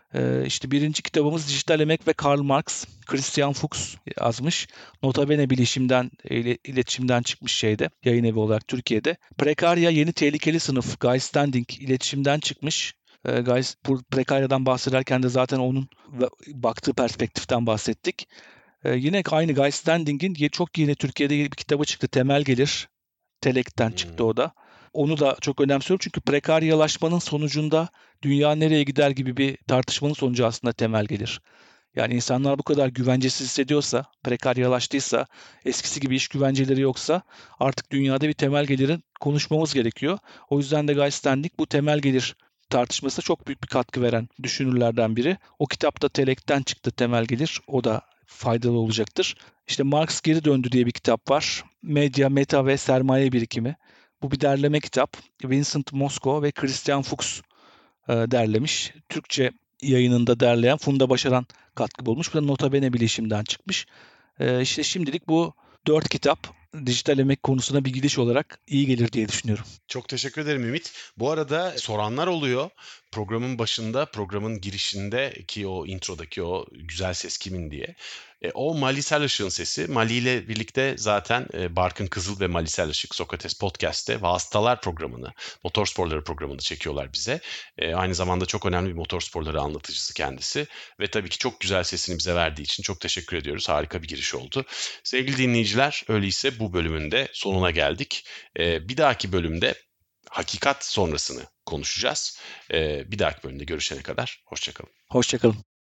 Ee, işte birinci kitabımız Dijital Emek ve Karl Marx, Christian Fuchs yazmış. Notabene bilişimden, iletişimden çıkmış şeyde, yayın evi olarak Türkiye'de. Prekarya Yeni Tehlikeli Sınıf, Guy Standing iletişimden çıkmış. Ee, Guy, bu Prekarya'dan bahsederken de zaten onun baktığı perspektiften bahsettik. Ee, yine aynı Guy Standing'in çok yeni Türkiye'de bir kitabı çıktı, Temel Gelir. Telek'ten çıktı o da. Onu da çok önemsiyorum çünkü prekaryalaşmanın sonucunda dünya nereye gider gibi bir tartışmanın sonucu aslında temel gelir. Yani insanlar bu kadar güvencesiz hissediyorsa, prekaryalaştıysa, eskisi gibi iş güvenceleri yoksa artık dünyada bir temel gelirin konuşmamız gerekiyor. O yüzden de Guy Standing bu temel gelir tartışmasına çok büyük bir katkı veren düşünürlerden biri. O kitap da Telek'ten çıktı, Temel Gelir. O da faydalı olacaktır. İşte Marx Geri Döndü diye bir kitap var. Medya, Meta ve Sermaye Birikimi. Bu bir derleme kitap. Vincent Mosco ve Christian Fuchs e, derlemiş. Türkçe yayınında derleyen Funda Başaran katkı bulmuş. Bu da Notabene Bilişim'den çıkmış. E, işte şimdilik bu dört kitap dijital emek konusuna bir gidiş olarak iyi gelir diye düşünüyorum. Çok teşekkür ederim Ümit. Bu arada soranlar oluyor. Programın başında, programın girişinde ki o introdaki o güzel ses kimin diye. E, o Mali Selışık'ın sesi. Mali ile birlikte zaten e, Barkın Kızıl ve Mali Selışık Sokrates Podcast'te Vasıtalar programını, motor sporları programını çekiyorlar bize. E, aynı zamanda çok önemli bir motor sporları anlatıcısı kendisi. Ve tabii ki çok güzel sesini bize verdiği için çok teşekkür ediyoruz. Harika bir giriş oldu. Sevgili dinleyiciler, öyleyse bu bölümün de sonuna geldik. E, bir dahaki bölümde hakikat sonrasını konuşacağız. E, bir dahaki bölümde görüşene kadar hoşça kalın. Hoşça kalın.